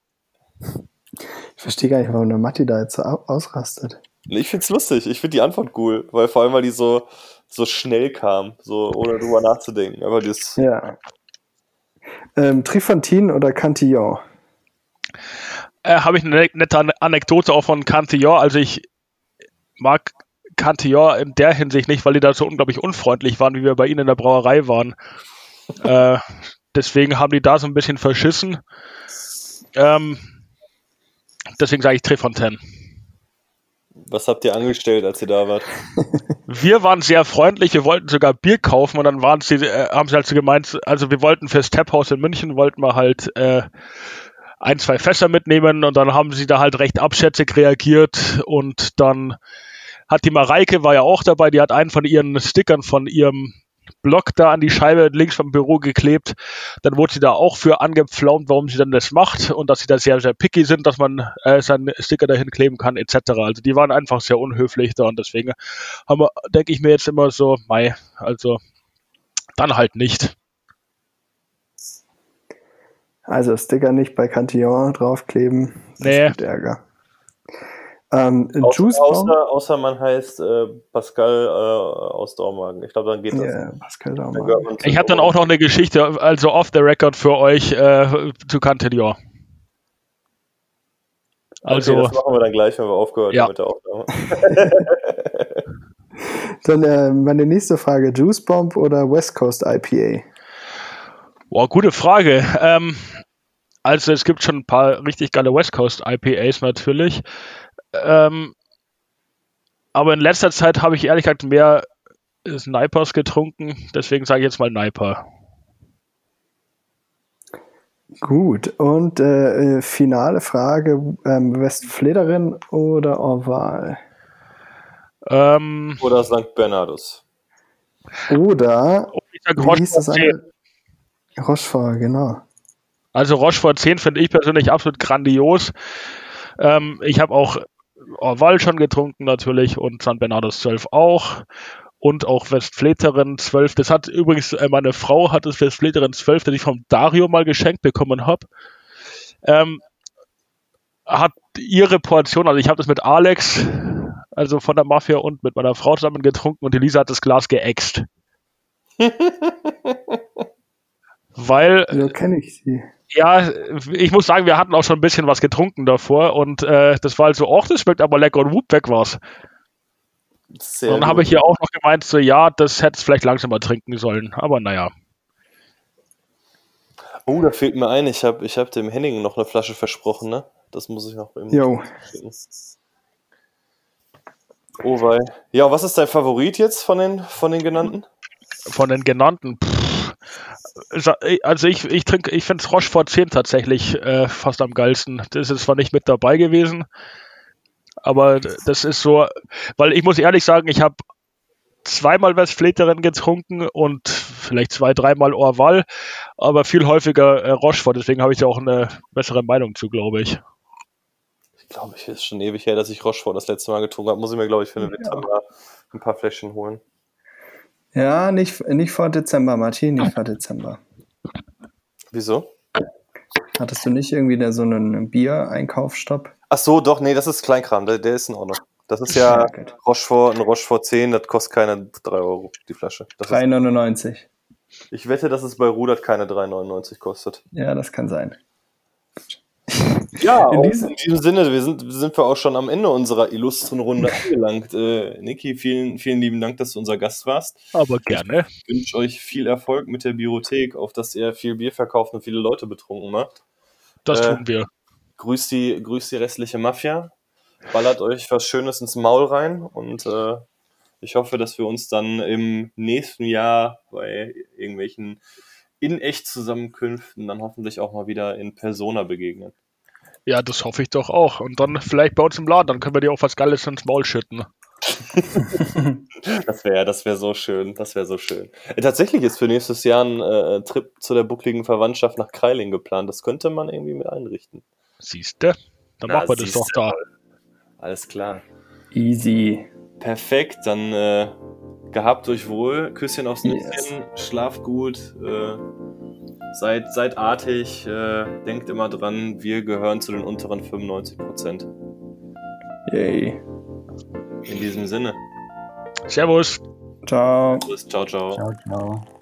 [SPEAKER 2] Ich verstehe gar nicht, warum der Matti da jetzt so ausrastet.
[SPEAKER 3] Ich find's lustig. Ich finde die Antwort cool, weil vor allem, weil die so schnell kam, so ohne drüber nachzudenken. Aber das...
[SPEAKER 2] Ja. Trifontin oder Cantillon?
[SPEAKER 4] Habe ich eine nette Anekdote auch von Cantillon. Also ich mag Cantillon in der Hinsicht nicht, weil die da so unglaublich unfreundlich waren, wie wir bei ihnen in der Brauerei waren. Deswegen haben die da so ein bisschen verschissen. Deswegen sage ich Trefontaine.
[SPEAKER 3] Was habt ihr angestellt, als ihr da wart?
[SPEAKER 4] Wir waren sehr freundlich, wir wollten sogar Bier kaufen und dann haben sie halt so gemeint, also wir wollten fürs Taphaus in München, wollten wir halt 1, 2 Fässer mitnehmen und dann haben sie da halt recht abschätzig reagiert und dann hat die Mareike, war ja auch dabei, die hat einen von ihren Stickern von ihrem Blog da an die Scheibe links vom Büro geklebt. Dann wurde sie da auch für angepflaumt, warum sie dann das macht und dass sie da sehr, sehr picky sind, dass man seinen Sticker dahin kleben kann, etc. Also die waren einfach sehr unhöflich da und deswegen denke ich mir jetzt immer so, also dann halt nicht.
[SPEAKER 2] Also Sticker nicht bei Cantillon draufkleben, das gibt Ärger.
[SPEAKER 3] Außer man heißt Pascal aus Dormagen. Ich glaube, dann geht das.
[SPEAKER 2] Ja, Pascal Dormagen.
[SPEAKER 4] Ich habe dann auch noch eine Geschichte, also off the record für euch zu Cantillon. Also,
[SPEAKER 3] okay, das machen wir dann gleich, wenn wir aufgehört haben mit der Aufnahme.
[SPEAKER 2] Dann meine nächste Frage, Juice Bomb oder West Coast IPA?
[SPEAKER 4] Boah, gute Frage. Also es gibt schon ein paar richtig geile West Coast IPAs natürlich. Aber in letzter Zeit habe ich ehrlich gesagt mehr Snipers getrunken, deswegen sage ich jetzt mal Sniper.
[SPEAKER 2] Gut, und finale Frage, Westflederin oder Orval?
[SPEAKER 3] Oder St. Bernardus.
[SPEAKER 2] Oder,
[SPEAKER 4] wie hieß das andere?
[SPEAKER 2] Rochefort, genau.
[SPEAKER 4] Also Rochefort 10 finde ich persönlich absolut grandios. Ich habe auch Orval schon getrunken natürlich und St. Bernardus 12 auch. Und auch Westfleterin 12. Das hat übrigens, meine Frau hat das Westfleterin 12, das ich vom Dario mal geschenkt bekommen habe. Hat ihre Portion, also ich habe das mit Alex, also von der Mafia und mit meiner Frau zusammen getrunken und Elisa hat das Glas geäxt. Weil...
[SPEAKER 2] So kenne ich sie.
[SPEAKER 4] Ja, ich muss sagen, wir hatten auch schon ein bisschen was getrunken davor und das war halt so, das schmeckt aber lecker und whoop, weg war's. Und dann habe ich hier auch noch gemeint, so ja, das hätte es vielleicht langsamer trinken sollen, aber naja.
[SPEAKER 3] Oh, da fehlt mir ein, ich hab dem Henning noch eine Flasche versprochen, ne? Das muss ich noch eben schicken. Oh wei. Ja, was ist dein Favorit jetzt von den genannten?
[SPEAKER 4] Von den genannten? Also ich finde Rochefort 10 tatsächlich fast am geilsten. Das ist zwar nicht mit dabei gewesen, aber das ist so, weil ich muss ehrlich sagen, ich habe 2-mal Westfleterin getrunken und vielleicht 2-3-mal Orval, aber viel häufiger Rochefort, deswegen habe ich da auch eine bessere Meinung zu, glaube ich.
[SPEAKER 3] Ich glaube, es ist schon ewig her, dass ich Rochefort das letzte Mal getrunken habe. Muss ich mir, glaube ich, für eine Winter mal ein paar Fläschchen holen.
[SPEAKER 2] Ja, nicht vor Dezember, Martin, nicht vor Dezember.
[SPEAKER 3] Wieso?
[SPEAKER 2] Hattest du nicht irgendwie so einen Bier-Einkaufsstopp?
[SPEAKER 3] Ach so, doch, nee, das ist Kleinkram, der ist in Ordnung. Das ist ja ein Rochefort 10, das kostet keine 3 Euro, die Flasche.
[SPEAKER 2] 3,99.
[SPEAKER 3] Ich wette, dass es bei Rudert keine 3,99 kostet.
[SPEAKER 2] Ja, das kann sein.
[SPEAKER 3] Ja, in diesem Sinne, sind wir auch schon am Ende unserer illustren Runde angelangt. Niki, vielen, vielen lieben Dank, dass du unser Gast warst.
[SPEAKER 4] Aber gerne.
[SPEAKER 3] Ich wünsche euch viel Erfolg mit der Biothek, auf dass ihr viel Bier verkauft und viele Leute betrunken macht.
[SPEAKER 4] Das tun wir.
[SPEAKER 3] Grüßt die restliche Mafia. Ballert euch was Schönes ins Maul rein und ich hoffe, dass wir uns dann im nächsten Jahr bei irgendwelchen In-Echt-Zusammenkünften dann hoffentlich auch mal wieder in Persona begegnen.
[SPEAKER 4] Ja, das hoffe ich doch auch. Und dann vielleicht bei uns im Laden, dann können wir dir auch was Geiles ins Maul schütten.
[SPEAKER 3] Das wäre so schön, das wäre so schön. Tatsächlich ist für nächstes Jahr ein Trip zu der buckligen Verwandtschaft nach Kreiling geplant. Das könnte man irgendwie mit einrichten.
[SPEAKER 4] Siehste? Dann machen wir das doch da.
[SPEAKER 3] Alles klar.
[SPEAKER 2] Easy.
[SPEAKER 3] Perfekt, dann gehabt euch wohl. Küsschen aufs Nüsschen, schlaft gut, seid artig, denkt immer dran, wir gehören zu den unteren 95%.
[SPEAKER 2] Yay.
[SPEAKER 3] In diesem Sinne.
[SPEAKER 4] Servus.
[SPEAKER 2] Ciao.
[SPEAKER 3] Ciao, ciao.
[SPEAKER 5] Ciao, ciao.